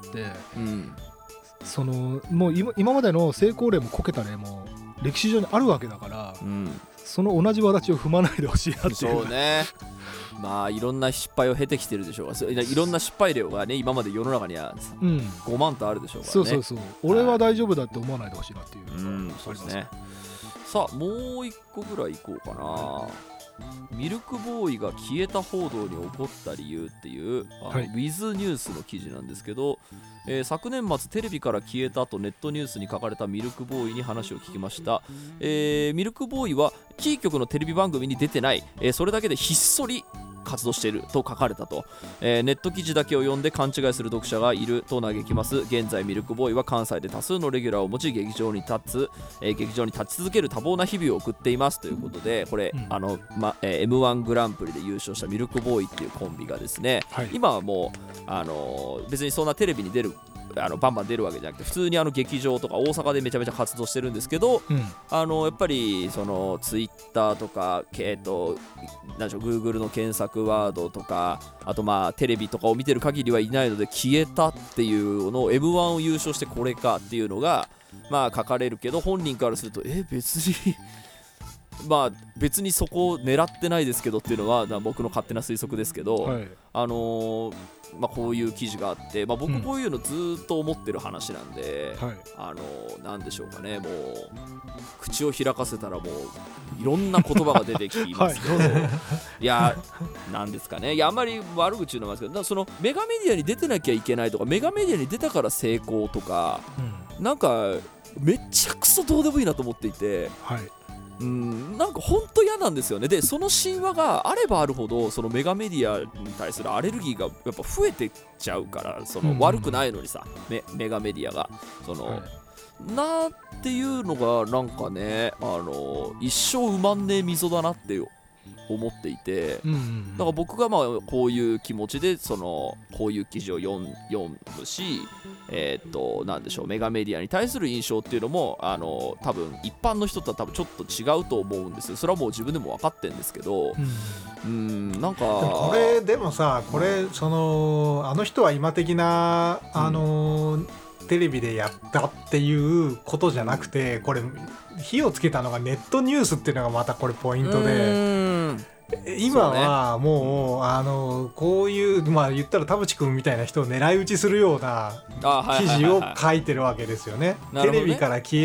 もう今までの成功例もこけた例も歴史上にあるわけだから、その同じ轍を踏まないでほしいなっていう。 そうね、いろんな失敗を経てきてるでしょうが、いろんな失敗例がね今まで世の中には5万とあるでしょうからね。そう俺は大丈夫だって思わないでほしいなっていう。 そうですね。さあもう1個ぐらいいこうかな。ミルクボーイが消えた報道に起こった理由っていう、ウィズニュースの記事なんですけど、昨年末テレビから消えた後ネットニュースに書かれたミルクボーイに話を聞きました。ミルクボーイはキー局のテレビ番組に出てない、それだけでひっそり活動していると書かれたと、ネット記事だけを読んで勘違いする読者がいると嘆きます。現在ミルクボーイは関西で多数のレギュラーを持ち劇場に立ち続ける多忙な日々を送っていますということで、これ、M1 グランプリで優勝したミルクボーイっていうコンビがですね、今はもう別にそんなテレビに出るバンバン出るわけじゃなくて、普通に劇場とか大阪でめちゃめちゃ活動してるんですけど、やっぱりツイッターとかなんでしょう、Google の検索ワードとか、あとテレビとかを見てる限りはいないので消えたっていうのを M1 を優勝してこれかっていうのが書かれるけど、本人からすると別に別にそこを狙ってないですけどっていうのは僕の勝手な推測ですけど、こういう記事があって、僕こういうのずっと思ってる話なんで、なんでしょうかね、もう口を開かせたらもういろんな言葉が出てきますけど、いやなんですかね、いやあんまり悪口言うのもあるんですけど、メガメディアに出てなきゃいけないとか、メガメディアに出たから成功とか、なんかめっちゃくそどうでもいいなと思っていて、なんか本当嫌なんですよね。でその神話があればあるほどそのメガメディアに対するアレルギーがやっぱ増えてっちゃうから、悪くないのにさ、メガメディアがなっていうのがなんかね、一生埋まんねえ溝だなって思っていて、だから僕がこういう気持ちでこういう記事を読むし、なんでしょう、メガメディアに対する印象っていうのも多分一般の人とは多分ちょっと違うと思うんですよ。それはもう自分でも分かってるんですけど、なんかこれでもさ、これあの人は今的なテレビでやったっていうことじゃなくて、これ火をつけたのがネットニュースっていうのがまたこれポイントで、今はもうこういう言ったら田淵君みたいな人を狙い撃ちするような記事を書いてるわけですよね。テレビから消えたっ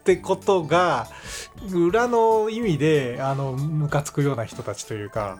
ってことが裏の意味でムカつくような人たちというか、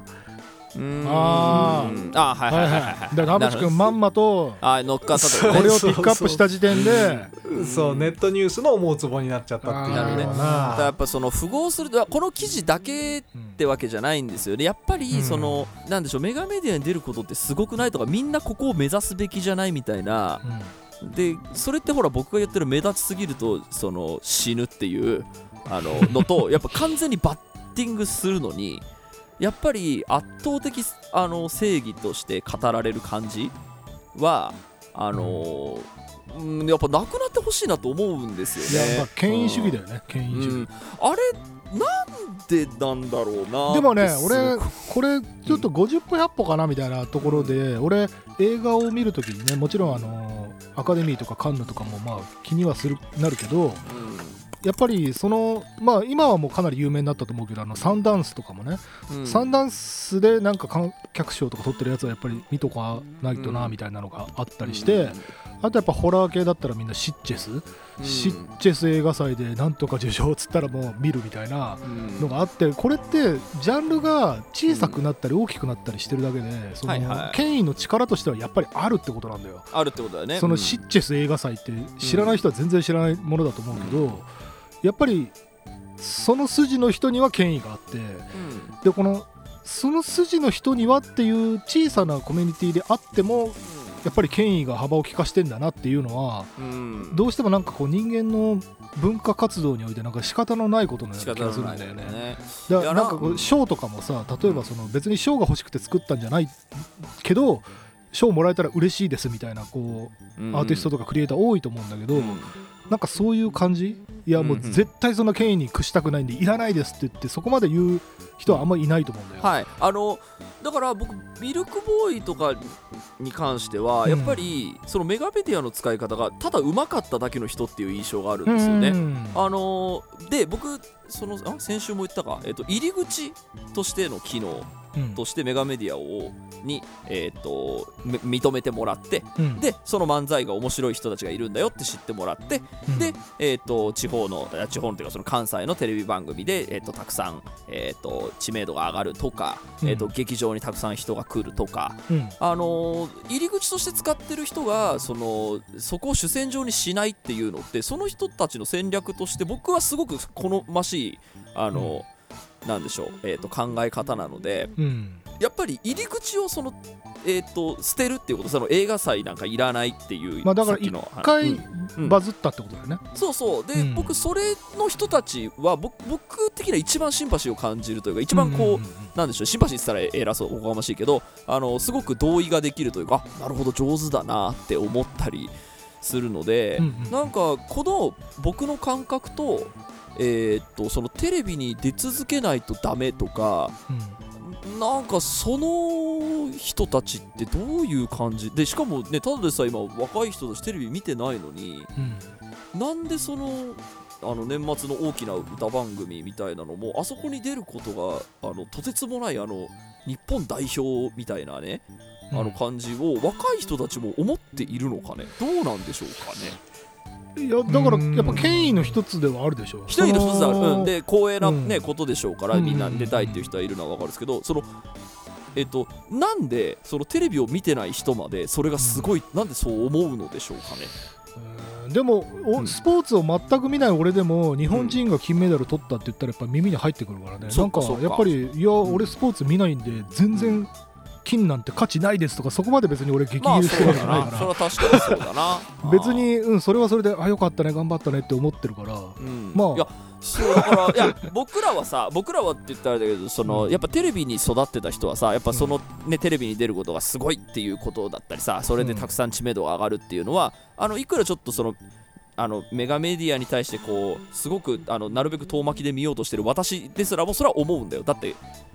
はいはいはいはい。 だから田淵君まんまと乗っかったとこれをピックアップした時点でそうネットニュースの思うつぼになっちゃったっていうような。 やっぱその符合するこの記事だけってわけじゃないんですよね。やっぱりそのなんでしょう、メガメディアに出ることってすごくないとか、みんなここを目指すべきじゃないみたいな。でそれってほら僕が言ってる目立ちすぎるとその死ぬっていうのとやっぱ完全にバッティングするのにやっぱり圧倒的正義として語られる感じはやっぱなくなってほしいなと思うんですよね。 いや、まあ、権威主義だよね、権威主義、 あれなんでなんだろうな。 でもね俺これちょっと50歩100歩かなみたいなところで、俺映画を見るときにね、もちろんアカデミーとかカンヌとかもまあ気にはなるけど、やっぱりまあ今はもうかなり有名になったと思うけどサンダンスとかもね、サンダンスでなんか観客賞とか取ってるやつはやっぱり見とかないとなみたいなのがあったりして、あとやっぱホラー系だったらみんなシッチェス映画祭でなんとか受賞っつったらもう見るみたいなのがあって、これってジャンルが小さくなったり大きくなったりしてるだけで、その権威の力としてはやっぱりあるってことなんだよ。 あるってことだよね。 そのシッチェス映画祭って知らない人は全然知らないものだと思うけど、やっぱりその筋の人には権威があって、でその筋の人にはっていう小さなコミュニティであってもやっぱり権威が幅を利かしてんだなっていうのは、どうしてもなんかこう人間の文化活動においてなんか仕方のないことのような気がするんだよね。だからなんかこう賞とかもさ、例えば別に賞が欲しくて作ったんじゃないけど賞もらえたら嬉しいですみたいなこうアーティストとかクリエイター多いと思うんだけど、なんかそういう感じ、いやもう絶対そんな権威に屈したくないんでいらないですって言ってそこまで言う人はあんまりいないと思うんだよ。 はい、だから僕ミルクボーイとかに関してはやっぱりそのメガメディアの使い方がただ上手かっただけの人っていう印象があるんですよね。で僕先週も言ったか、入り口としての機能としてメガメディアに、認めてもらって、でその漫才が面白い人たちがいるんだよって知ってもらって、で、地方のっていうかその関西のテレビ番組で、たくさん、知名度が上がるとか、劇場にたくさん人が来るとか、入り口として使ってる人がそこを主戦場にしないっていうのってその人たちの戦略として僕はすごく好ましいなんでしょう、考え方なので、やっぱり入り口を捨てるっていうこと、その映画祭なんかいらないっていう、 だから一回バズったってことだよね。 そうで、僕それの人たちは僕的には一番シンパシーを感じるというか、一番こう、なんでしょう、シンパシーって言ったら偉そうおこがましいけどすごく同意ができるというか、なるほど上手だなって思ったりするので、なんかこの僕の感覚とそのテレビに出続けないとダメとか、なんかその人たちってどういう感じで、しかもね、ただでさえ今若い人たちテレビ見てないのに、なんで年末の大きな歌番組みたいなのもあそこに出ることがとてつもない日本代表みたいなね感じを若い人たちも思っているのかね、どうなんでしょうかね。 いやだからやっぱ権威の一つではあるでしょ。 一人の一つである、で光栄な、ことでしょうから、みんな出たいっていう人はいるのは分かるんですけど、なんでテレビを見てない人までそれがすごい、なんでそう思うのでしょうかね。 でもスポーツを全く見ない俺でも日本人が金メダル取ったって言ったらやっぱ耳に入ってくるからね。なんかやっぱりいや俺スポーツ見ないんで全然金なんて価値ないですとか、そこまで別に俺激切れしてるわけじゃないから、 それは確かにそうだな別に、それはそれでよかったね頑張ったねって思ってるから、 いやそうだからいや僕らはって言ったらあれだけど、やっぱテレビに育ってた人はさ、やっぱテレビに出ることがすごいっていうことだったりさ、それでたくさん知名度が上がるっていうのは、いくらちょっとメガメディアに対してこうすごくなるべく遠巻きで見ようとしてる私ですらもそれは思うんだよ。だって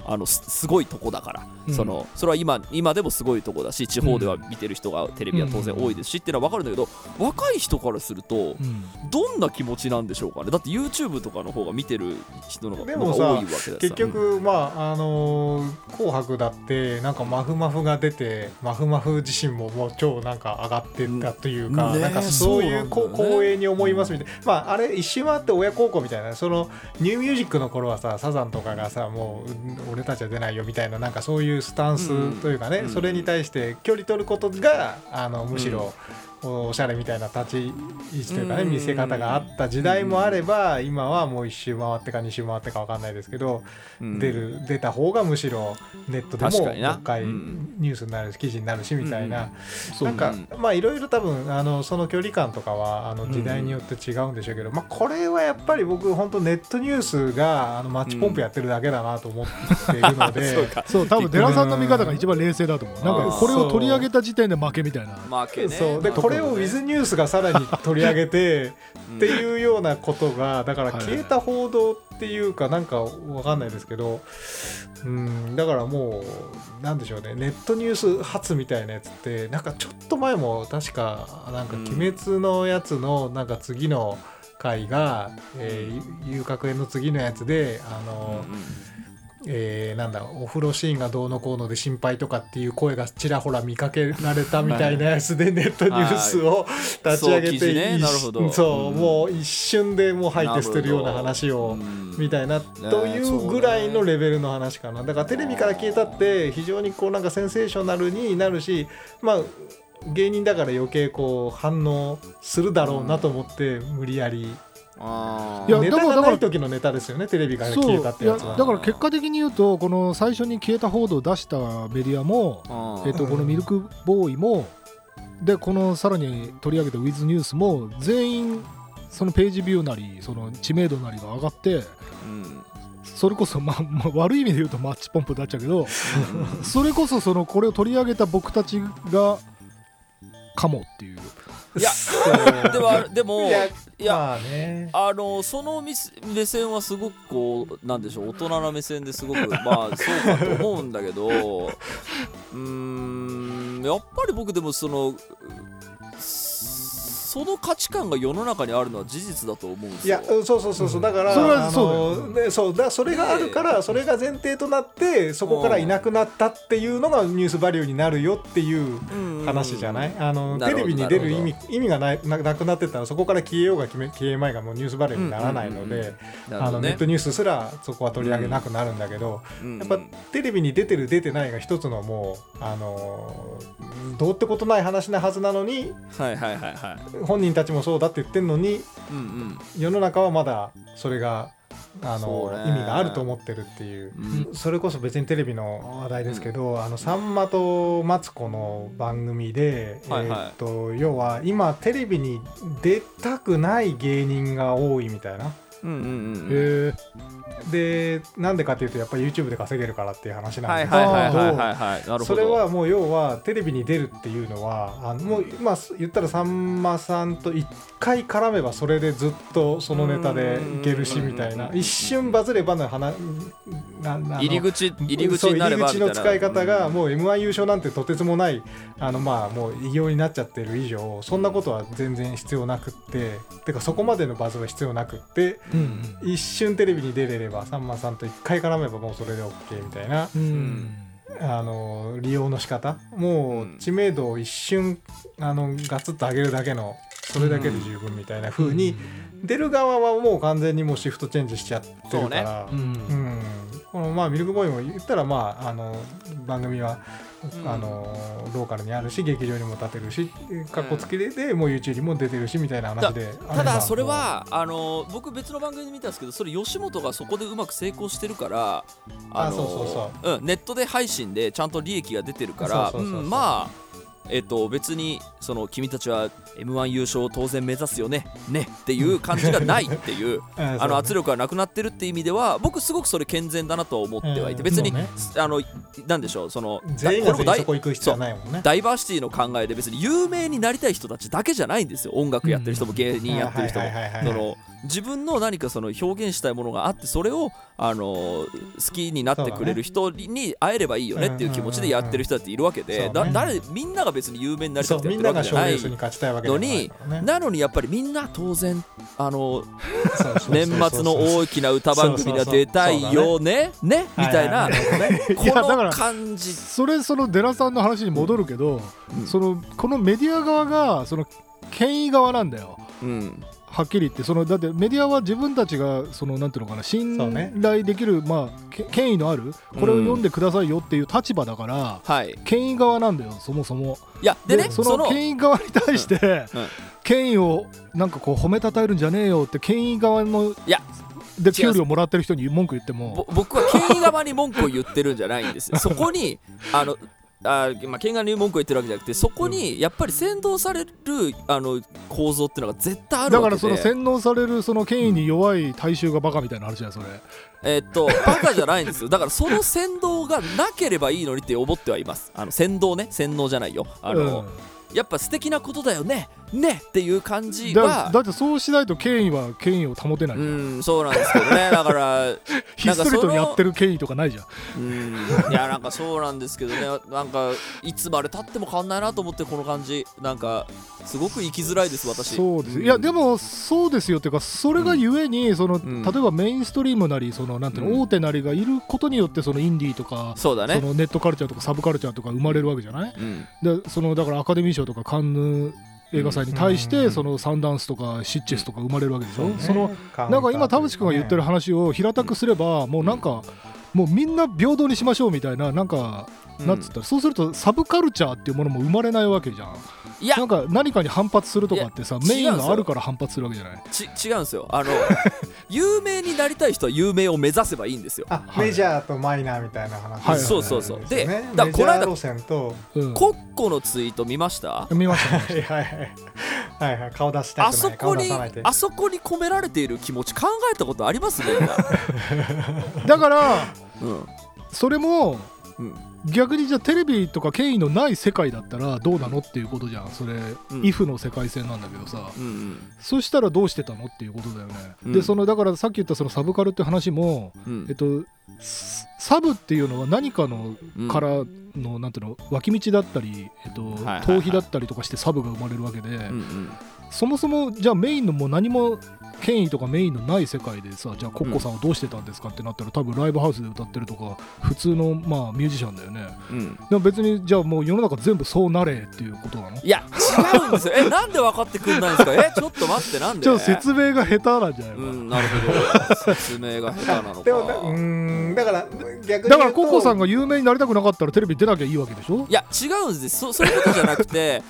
すごいとこだから、それは今でもすごいとこだし、地方では見てる人がテレビは当然多いですしっていうのは分かるんだけど、若い人からするとどんな気持ちなんでしょうかね。だって YouTube とかの方が見てる人の方が多いわけだしさ。 結局紅白だってなんかマフマフが出て、マフマフ自身ももう超なんか上がってったというか、なんかそういう光栄に思いますみたいな。あれ一周回って親孝行みたいな、そのニューミュージックの頃はさ、サザンとかがさ、もう俺たちは出ないよみたいな、なんかそういうスタンスというかね、それに対して距離取ることがむしろおしゃれみたいな立ち位置というかね、見せ方があった時代もあれば、今はもう一周回ってか二周回ってか分かんないですけど、出た方がむしろネットでももう一回ニュースになるし記事になるしみたいな、なんかいろいろ多分その距離感とかは時代によって違うんでしょうけど、これはやっぱり僕本当ネットニュースがマッチポンプやってるだけだなと思っているので、 そう多分寺さんの見方が一番冷静だと思う。なんかこれを取り上げた時点で負けみたいな。 負けね。 そうでこれをウィズニュースがさらに取り上げてっていうようなことが、だから消えた報道っていうかなんかわかんないですけど、だからもうなんでしょうね、ネットニュース発みたいなやつってなんかちょっと前も確かなんか鬼滅のやつのなんか次の回が遊郭園の次のやつでなんだお風呂シーンがどうのこうので心配とかっていう声がちらほら見かけられたみたいなやつでネットニュースを立ち上げて、そうもう一瞬でもう吐いて捨てるような話をみたいなというぐらいのレベルの話かな。だからテレビから消えたって非常にこうなんかセンセーショナルになるし、芸人だから余計こう反応するだろうなと思って無理やり。ネタがない時のネタですよね、テレビから消えたってやつは。 だから結果的に言うと、この最初に消えた報道を出したメディアも、このミルクボーイもで、このさらに取り上げたウィズニュースも全員そのページビューなりその知名度なりが上がって、それこそ悪い意味で言うとマッチポンプになっちゃうけどそれこそこれを取り上げた僕たちがかもっていう。 いやでもその目線はすごくこうなんでしょう、大人な目線ですごくそうかと思うんだけどやっぱり僕でもその価値観が世の中にあるのは事実だと思うんですよ。 いやそうだからそれがあるから、それが前提となってそこからいなくなったっていうのがニュースバリューになるよっていう話じゃない。テレビに出る意味がなくなってたら、そこから消えようが消えまいがもうニュースバリューにならないので、ネットニュースすらそこは取り上げなくなるんだけど、やっぱテレビに出てる出てないが一つのもうどうってことない話なはずなのに、本人たちもそうだって言ってんのに、世の中はまだそれが意味があると思ってるっていう、それこそ別にテレビの話題ですけど、さんまとマツコの番組で、要は今テレビに出たくない芸人が多いみたいな。でなんでかっていうとやっぱり YouTube で稼げるからっていう話なんですけど、それはもう要はテレビに出るっていうのはもう言ったらさんまさんと一回絡めばそれでずっとそのネタでいけるしみたいな、一瞬バズればの入り口になればみたいな、 の使い方がもう M1 優勝なんてとてつもないもう偉業になっちゃってる以上、そんなことは全然必要なくってかそこまでのバズは必要なくって、一瞬テレビに出れればさんまさんと一回絡めばもうそれで OK みたいな、利用の仕方、もう知名度を一瞬ガツッと上げるだけのそれだけで十分みたいな風に、出る側はもう完全にもうシフトチェンジしちゃってるから、このミルクボーイも言ったら番組はローカルにあるし劇場にも立てるしカッコつきでもう YouTube にも出てるしみたいな話で、 ただそれは僕別の番組で見たんですけど、それ吉本がそこでうまく成功してるからネットで配信でちゃんと利益が出てるから別に君たちは M1 優勝を当然目指すよねっていう感じがないっていう圧力がなくなってるっていう意味では僕すごくそれ健全だなとは思ってはいて、別になんでしょう、 全員が全員そこ行く必要はないもんね。 ダイバーシティの考えで別に有名になりたい人たちだけじゃないんですよ。音楽やってる人も芸人やってる人も自分の何か表現したいものがあって、それを好きになってくれる人に会えればいいよねっていう気持ちでやってる人だっているわけで、みんなが別に有名になりたくてやってるわけじゃないのに、なのにやっぱりみんな当然年末の大きな歌番組には出たいよねみたいなこの感じ。 そのデラさんの話に戻るけど、このメディア側がその権威側なんだよ。はっきり言ってだってメディアは自分たちがなんていうのかな、信頼できる、権威のあるこれを読んでくださいよっていう立場だから、権威側なんだよそもそも。 いやでね、 その権威側に対して権威をなんかこう褒めたたえるんじゃねえよって権威側ので給料もらってる人に文句言っても、 僕は権威側に文句を言ってるんじゃないんですよ。そこに県外に文句を言ってるわけじゃなくて、そこにやっぱり扇動される構造っていうのが絶対あるわけで、 だから洗脳されるその権威に弱い大衆がバカみたいな話だよそれ。 バカじゃないんですよ。だからその扇動がなければいいのにって思ってはいます。洗脳ね、洗脳じゃないよ。やっぱ素敵なことだよねっていう感じはだってそうしないと権威は権威を保てない。 そうなんですけどね。だからひっそりとやってる権威とかないじゃん。 いやなんかそうなんですけどね。なんかいつまで経っても変わんないなと思って、この感じなんかすごく生きづらいです私。 そうです。いやでもそうですよっていうか、それがゆえに例えばメインストリームなりなんていうの、大手なりがいることによってインディーとかそうだね、 ネットカルチャーとかサブカルチャーとか生まれるわけじゃない。でだからアカデミー賞とかカンヌ映画祭に対してサンダンスとかシッチェスとか生まれるわけでしょ。なんか今田淵君が言ってる話を平たくすれば、もうなんかもうみんな平等にしましょうみたいな、なんかなんつったら、そうするとサブカルチャーっていうものも生まれないわけじゃん。なんか何かに反発するとかってさ、メインがあるから反発するわけじゃない。 違うんですよ。有名になりたい人は有名を目指せばいいんですよ。 メジャーとマイナーみたいな話。 そうで、 だからこの間コッコのツイート見ました？ 見ましたはい顔出したくない。 あそこに込められている気持ち考えたことありますね。 だからそれも逆にじゃあテレビとか権威のない世界だったらどうなのっていうことじゃん。それ、イフの世界線なんだけどさ、そしたらどうしてたのっていうことだよね。でだからさっき言ったサブカルって話も、サブっていうのは何かのからのなんていうの脇道だったり、逃避だったりとかしてサブが生まれるわけで、そもそもじゃあメインのもう何も権威とかメインのない世界でさ、じゃあコッコさんはどうしてたんですかってなったら、多分ライブハウスで歌ってるとか普通のミュージシャンだよね。でも別にじゃあもう世の中全部そうなれっていうことなの？ いや違うんですよ。なんで分かってくんないんですか？ちょっと待って、なんで？ じゃあ説明が下手なんじゃないか。 なるほど。説明が下手なのか。 でもだから逆にだからコッコさんが有名になりたくなかったらテレビ出なきゃいいわけでしょ？ いや違うんです。そういうことじゃなくて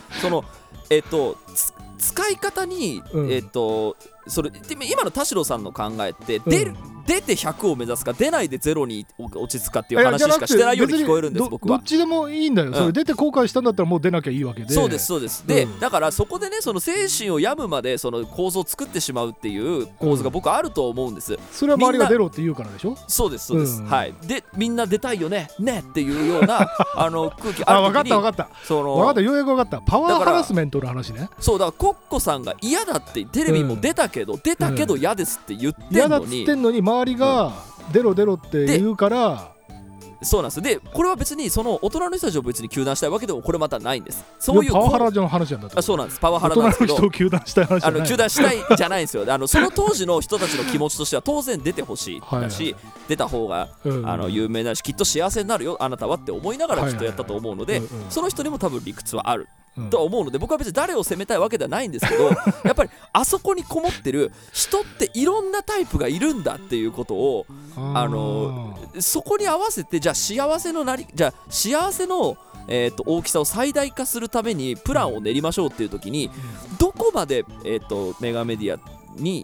使い方に、それ今の田代さんの考えって、出て100を目指すか出ないで0に落ち着くかっていう話しかしてないように聞こえるんです。僕はどっちでもいいんだよ。それ出て後悔したんだったらもう出なきゃいいわけで。 そうです。でだからそこでね、精神を病むまで構造を作ってしまうっていう構図が僕はあると思うんです。 それは周りが出ろって言うからでしょ。 そうです、はい。でみんな出たいよねっていうような空気ある時に分かったようやく分かった。パワーハラスメントの話ね。 そうだからコッコさんが嫌だってテレビも出たけど嫌ですって言ってんのに、 嫌だっつってんのに周りが出ろって言うから。 そうなんです。でこれは別に大人の人たちを別に糾弾したいわけでもこれまたないんです。そういうパワハラの話なんだと。 そうなんです。パワハラなんですけど、 大人の人を糾弾したい話じゃない。 糾弾したいじゃないんですよ。その当時の人たちの気持ちとしては当然出てほしいだし、出た方が有名だしきっと幸せになるよあなたはって思いながらきっとやったと思うので、その人にも多分理屈はあると思うので、僕は別に誰を責めたいわけではないんですけどやっぱりあそこにこもってる人っていろんなタイプがいるんだっていうことをそこに合わせて、じゃあ幸せの大きさを最大化するためにプランを練りましょうっていう時に、どこまでメガメディアに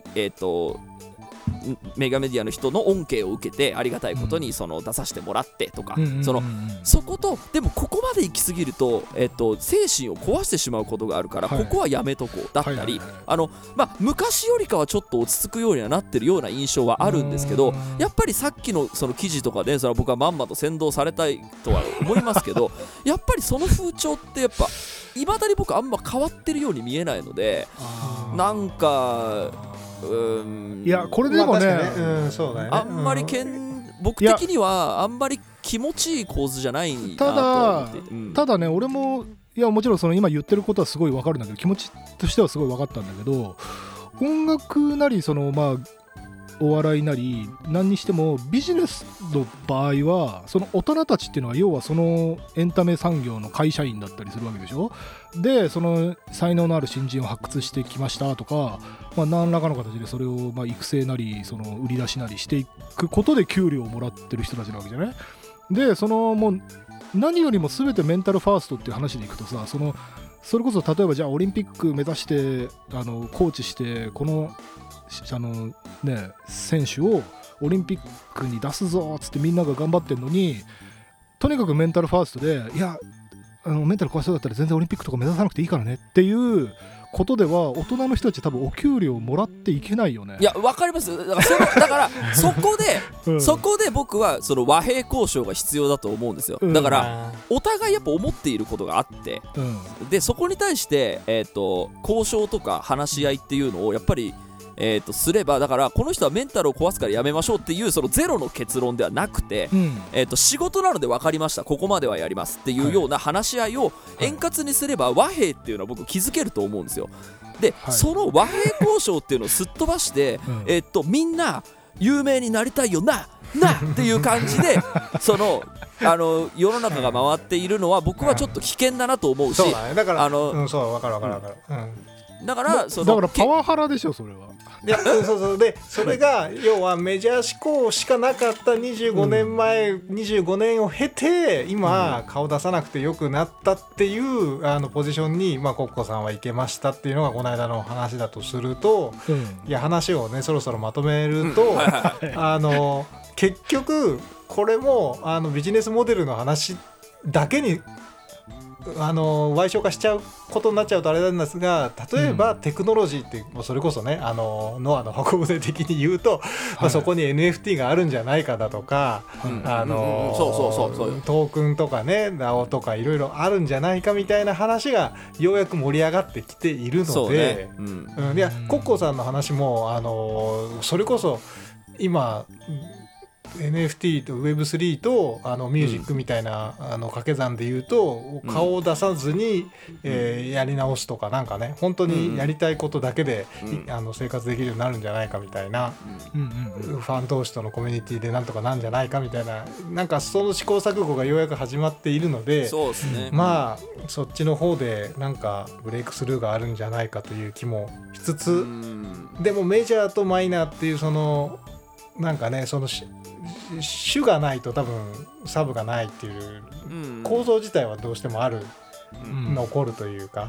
メガメディアの人の恩恵を受けてありがたいことに出させてもらってとか、そことでもここまで行き過ぎると、精神を壊してしまうことがあるから、ここはやめとこうだったり、昔よりかはちょっと落ち着くようにはなってるような印象はあるんですけど、やっぱりさっきの記事とかで僕はまんまと扇動されたいとは思いますけどやっぱりその風潮ってやっぱ未だに僕あんま変わってるように見えないので、なんかいやこれでもね、 そうだね、 あんまり僕的にはあんまり気持ちいい構図じゃないなと思って。 ただね俺もいやもちろんその今言ってることはすごい分かるんだけど、気持ちとしてはすごい分かったんだけど、音楽なりそのまあお笑いなり何にしてもビジネスの場合はその大人たちっていうのは要はそのエンタメ産業の会社員だったりするわけでしょ。でその才能のある新人を発掘してきましたとか、まあ、何らかの形でそれをまあ育成なりその売り出しなりしていくことで給料をもらってる人たちなわけじゃない。でそのもう何よりも全てメンタルファーストっていう話でいくとさ、それこそ例えばじゃあオリンピック目指してコーチしてこのね、選手をオリンピックに出すぞっつってみんなが頑張ってるのに、とにかくメンタルファーストでいやメンタル壊しそうだったら全然オリンピックとか目指さなくていいからねっていうことでは大人の人たち多分お給料もらっていけないよね。 いや分かります。だからそこで僕はその和平交渉が必要だと思うんですよ。だからお互いやっぱ思っていることがあって、でそこに対して交渉とか話し合いっていうのをやっぱりすれば、だからこの人はメンタルを壊すからやめましょうっていうそのゼロの結論ではなくて、仕事なので分かりました、ここまではやりますっていうような話し合いを円滑にすれば和平っていうのは僕気づけると思うんですよ。で、その和平交渉っていうのをすっ飛ばして、みんな有名になりたいよなっていう感じでその世の中が回っているのは僕はちょっと危険だなと思うし、 そうだね、だからそう分かる分かる分かる、 だからパワハラでしょそれは。 そうでそれが要はメジャー志向しかなかった25年前、25年を経て今顔出さなくてよくなったっていうポジションにコッコさんは行けましたっていうのがこの間の話だとすると、いや話をねそろそろまとめると、結局これもビジネスモデルの話だけに歪償化しちゃうことになっちゃうとあれなんですが、例えばテクノロジーってそれこそねノアの箱舟的に言うと、そこに NFT があるんじゃないかだとか、トークンとかね DAO とかいろいろあるんじゃないかみたいな話がようやく盛り上がってきているので、いやコッコさんの話もそれこそ今NFT と Web3 とミュージックみたいな掛け算で言うと、顔を出さずに、やり直すとかなんかね本当にやりたいことだけで、生活できるようになるんじゃないかみたいな、ファン同士とのコミュニティでなんとかなんじゃないかみたいな、なんかその試行錯誤がようやく始まっているので、 そうですね、 まあそっちの方でなんかブレイクスルーがあるんじゃないかという気もしつつ、でもメジャーとマイナーっていうそのなんかねその主がないと多分サブがないっていう構造自体はどうしてもある、残るというか、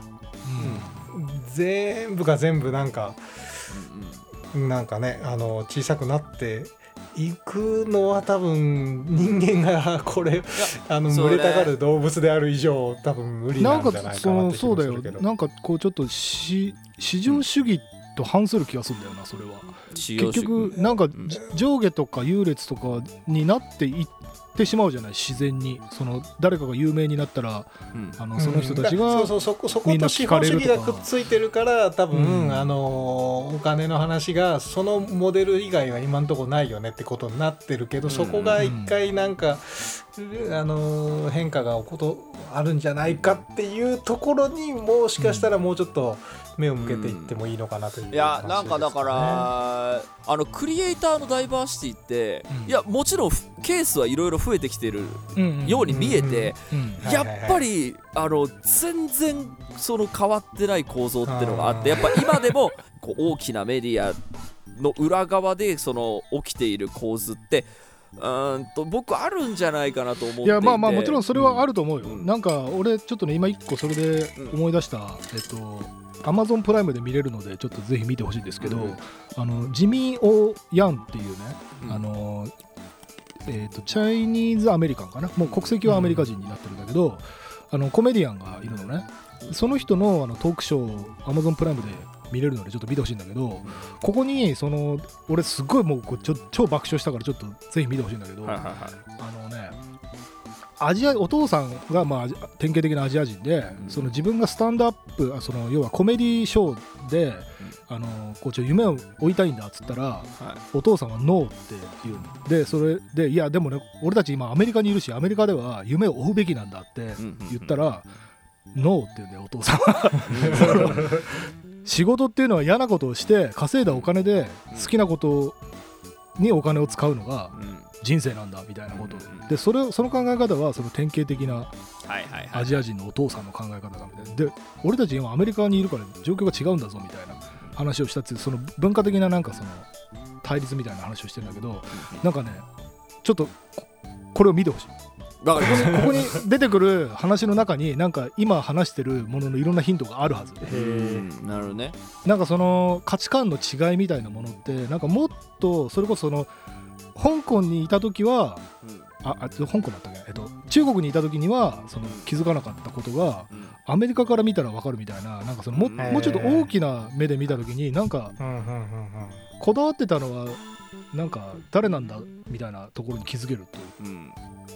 全部が全部なんかね小さくなっていくのは多分人間がこれ群れたがる動物である以上多分無理なんじゃないかなって気もするけど、 そうだよ、なんかこうちょっと市場主義と反する気がするんだよなそれは。結局なんか上下とか優劣とかになっていってしまうじゃない、自然に。その誰かが有名になったら、その人たちがそこと資本主義がくっついてるから多分、お金の話がそのモデル以外は今のところないよねってことになってるけど、そこが一回なんか、変化があるんじゃないかっていうところにもしかしたらもうちょっと目を向けていってもいいのかなという、 いやなんかだからクリエイターのダイバーシティって、いやもちろんケースはいろいろ増えてきてるように見えて、やっぱり全然その変わってない構造っていうのがあって、やっぱ今でもこう大きなメディアの裏側でその起きている構図って僕あるんじゃないかなと思っていて。 いやまあもちろんそれはあると思うよ、なんか俺ちょっとね今一個それで思い出した、Amazon プライムで見れるのでちょっとぜひ見てほしいんですけど、ジミー・オ・ヤンっていうね、チャイニーズアメリカンかな、もう国籍はアメリカ人になってるんだけど、コメディアンがいるのね。その人のトークショー Amazon プライムで見れるのでちょっと見てほしいんだけど、ここに俺すごいもう超爆笑したからちょっとぜひ見てほしいんだけど、お父さんが典型的なアジア人で、その自分がスタンドアップ要はコメディショーで、こう夢を追いたいんだっつったら、お父さんはノーって言うので、それでいやでもね俺たち今アメリカにいるしアメリカでは夢を追うべきなんだって言ったら、ノーって言うんだよお父さんは仕事っていうのは嫌なことをして稼いだお金で好きなことにお金を使うのが人生なんだみたいなことで、その考え方はその典型的なアジア人のお父さんの考え方だみたいな。で俺たち今アメリカにいるから状況が違うんだぞみたいな話をしたって、その文化的ななんかその対立みたいな話をしてるんだけど、なんかねちょっとこれを見てほしい。ここに出てくる話の中になんか今話してるもののいろんなヒントがあるはず。 なるほどね。 なんかその価値観の違いみたいなものってなんかもっとそれこそその香港にいた時は、香港だったっけ、中国にいた時にはその気づかなかったことが、アメリカから見たら分かるみたいな、なんかそのもうちょっと大きな目で見た時になんかこだわってたのはなんか誰なんだみたいなところに気づけるという。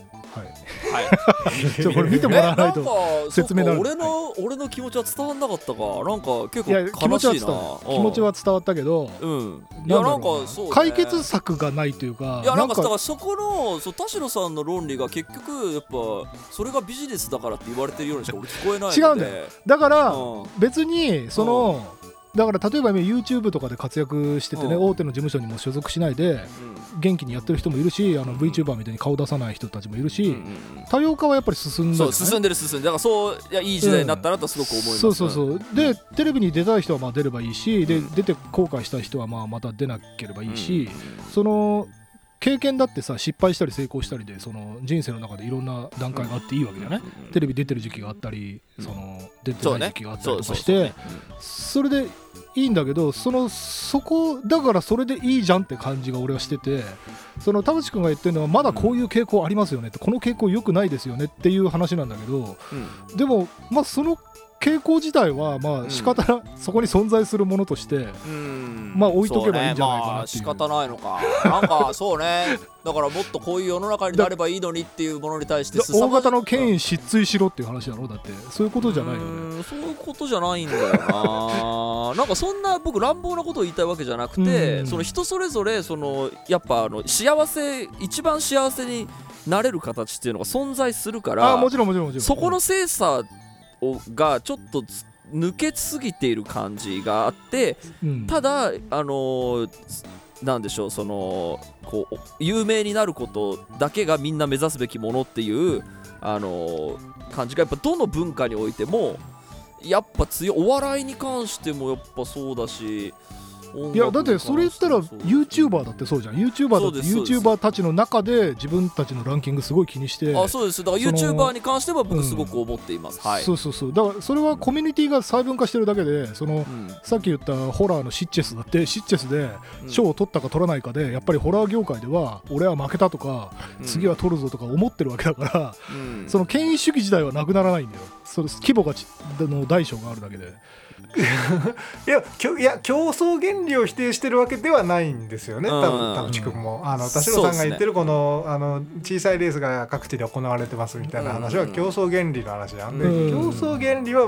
これ見てもらわないと説明になる。 俺の気持ちは伝わんなかったか。なんか結構悲しいな。 気持ちは伝わったけど、 いやなんかそうね、 解決策がないというか、 いやなんかだからそこの田代さんの論理が結局やっぱそれがビジネスだからって言われてるようにしか俺聞こえないので。 違うんだよ。だから別にそのだから例えば YouTube とかで活躍しててね、大手の事務所にも所属しないで元気にやってる人もいるし、VTuber みたいに顔出さない人たちもいるし、多様化はやっぱり進んでる、ね、 進んでるだからそういい時代になったなとすごく思います、 そうでテレビに出たい人はまあ出ればいいし、で出て後悔した人はまあまた出なければいいし、その経験だってさ、失敗したり成功したりでその人生の中でいろんな段階があっていいわけじゃない、テレビ出てる時期があったり、その出てない時期があったりとかして、それでいいんだけど、そこだからそれでいいじゃんって感じが俺はしてて、その田淵君が言ってるのはまだこういう傾向ありますよねって、この傾向良くないですよねっていう話なんだけど、でもまあその傾向自体はまあ仕方な、そこに存在するものとしてまあ置いとけばいいんじゃないかなっていう。 仕方ないのか。なんかそうね。だからもっとこういう世の中になればいいのにっていうものに対して大型の権威失墜しろっていう話だろ。だってそういうことじゃないよね。 そういうことじゃないんだよな。なんかそんな僕乱暴なことを言いたいわけじゃなくて、その人それぞれそのやっぱ一番幸せになれる形っていうのが存在するから、 もちろんそこの精査がちょっと抜けすぎている感じがあって、ただなんでしょう、そのこう有名になることだけがみんな目指すべきものっていう感じがやっぱどの文化においてもやっぱ強い。お笑いに関してもやっぱそうだし、 いやだってそれ言ったら YouTuber だってそうじゃん。 YouTuber だって YouTuber たちの中で自分たちのランキングすごい気にして、 そうです。だから YouTuber に関しては僕すごく思っています、 そうだからそれはコミュニティが細分化してるだけで、その、さっき言ったホラーのシッチェスだってシッチェスで賞を取ったか取らないかでやっぱりホラー業界では俺は負けたとか、次は取るぞとか思ってるわけだから、その権威主義自体はなくならないんだよ。それ規模がの大小があるだけでいや競争原理を否定してるわけではないんですよね。田淵君も田代さんが言ってるこの、小さいレースが各地で行われてますみたいな話は競争原理の話なんで、競争原理は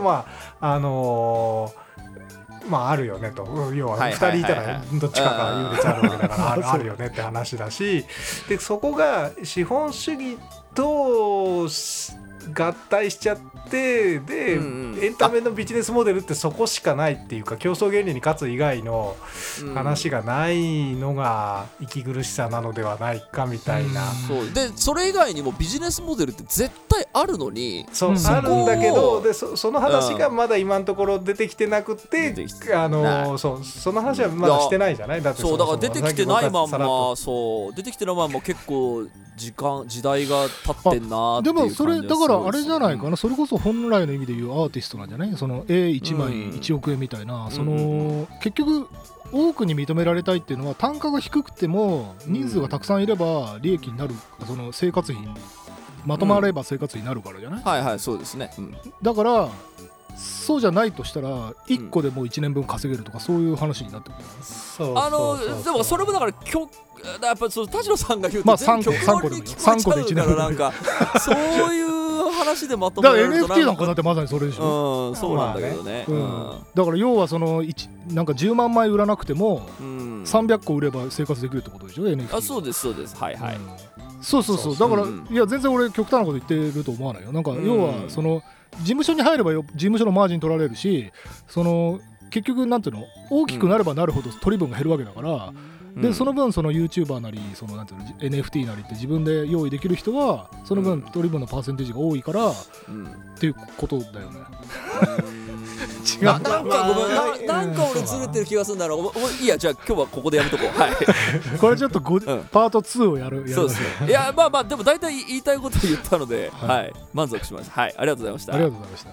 まああるよねと、要は2人いたらどっちかが優劣あるわけだからあるよねって話だし、でそこが資本主義と合体しちゃってで、エンタメのビジネスモデルってそこしかないっていうか、競争原理に勝つ以外の話がないのが息苦しさなのではないかみたいな。 そうで、それ以外にもビジネスモデルって絶対あるのに、 あるんだけど、でその話がまだ今のところ出てきてなくて、その話はまだしてないじゃない。だってそうだから出てきてないまんま、出てきてないまんま結構時代が経ってんなっていう感じがする。 でもそれだからあれじゃないかな、それこそ本来の意味でいうアーティストなんじゃない。その絵1枚1億円みたいな、その結局多くに認められたいっていうのは単価が低くても人数がたくさんいれば利益になる、その生活費まとまれば生活費になるからじゃない。 そうですね。 だからそうじゃないとしたら1個でもう1年分稼げるとか、そういう話になってくる。 でもそれもだからやっぱり田代さんが言うと 3個でもいいよ。3個で1年分なんかそういう話でまとめられるとだから NFT なんかだってまさにそれでしょ。 うん、そうなんだけどね、 だから要はそのなんか10万枚売らなくても300個売れば生活できるってことでしょ NFT。 あ、そうですそうです、はいはい、 そうだから、いや全然俺極端なこと言ってると思わないよ。なんか要はその事務所に入れば事務所のマージン取られるし、その結局なんていうの、大きくなればなるほど取り分が減るわけだから、でその分その YouTuber なりそのなんていうの NFT なりって自分で用意できる人はその分取り分のパーセンテージが多いから、っていうことだよね。 違う、なんかごめん、なんか俺ずれてる気がするんだろう。いいや、じゃあ今日はここでやめとこう。はい。 これちょっとパート2をやる。 そうですね。いや、まあまあでも大体言いたいこと言ったので、はい、満足しました。はい、ありがとうございました。 ありがとうございました。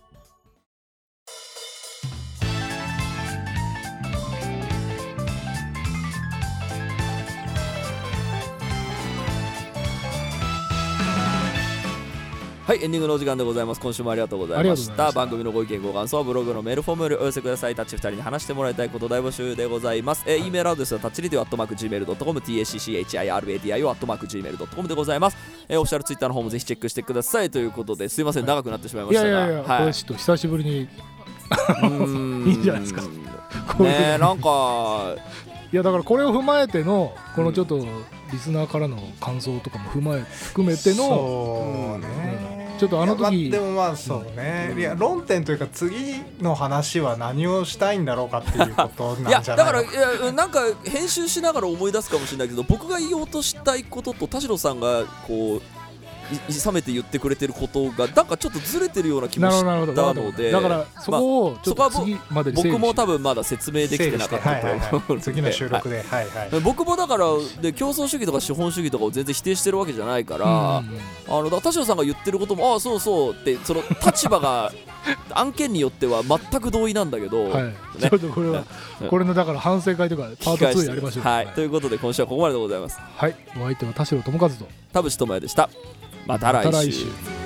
はい、エンディングのお時間でございます。今週もありがとうございました。番組のご意見ご感想はブログのメールフォームよりお寄せください。タッチ2人に話してもらいたいこと大募集でございます。E メールアドレスはタッチリディオ@gmail.com、tacchiradio@gmail.com でございます。オフィシャルツイッターの方もぜひチェックしてくださいということで、すいません、長くなってしまいましたが、 いや、これちょっと久しぶりにいいんじゃないですかね。なんかいやだからこれを踏まえてのこのちょっとリスナーからの感想とかも含めての、 そうね、 ちょっとあの時でもまあそうね、いや論点というか次の話は何をしたいんだろうかっていうことなんじゃないの。 いやだからなんか編集しながら思い出すかもしれないけど、僕が言おうとしたいことと田代さんがこういさめて言ってくれてることがなんかちょっとずれてるような気もしたので、 だからそこをちょっと次まで僕も多分まだ説明できてなかったと思う、 次の収録で、 僕もだからで競争主義とか資本主義とかを全然否定してるわけじゃないから、だから田代さんが言ってることもああそうそうってその立場が案件によっては全く同意なんだけど、 ちょっとこれはこれのだから反省会とかパート2やりましょう。 はい、ということで今週はここまででございます。 はい、お相手は田代智和と田淵智也でした。また来週。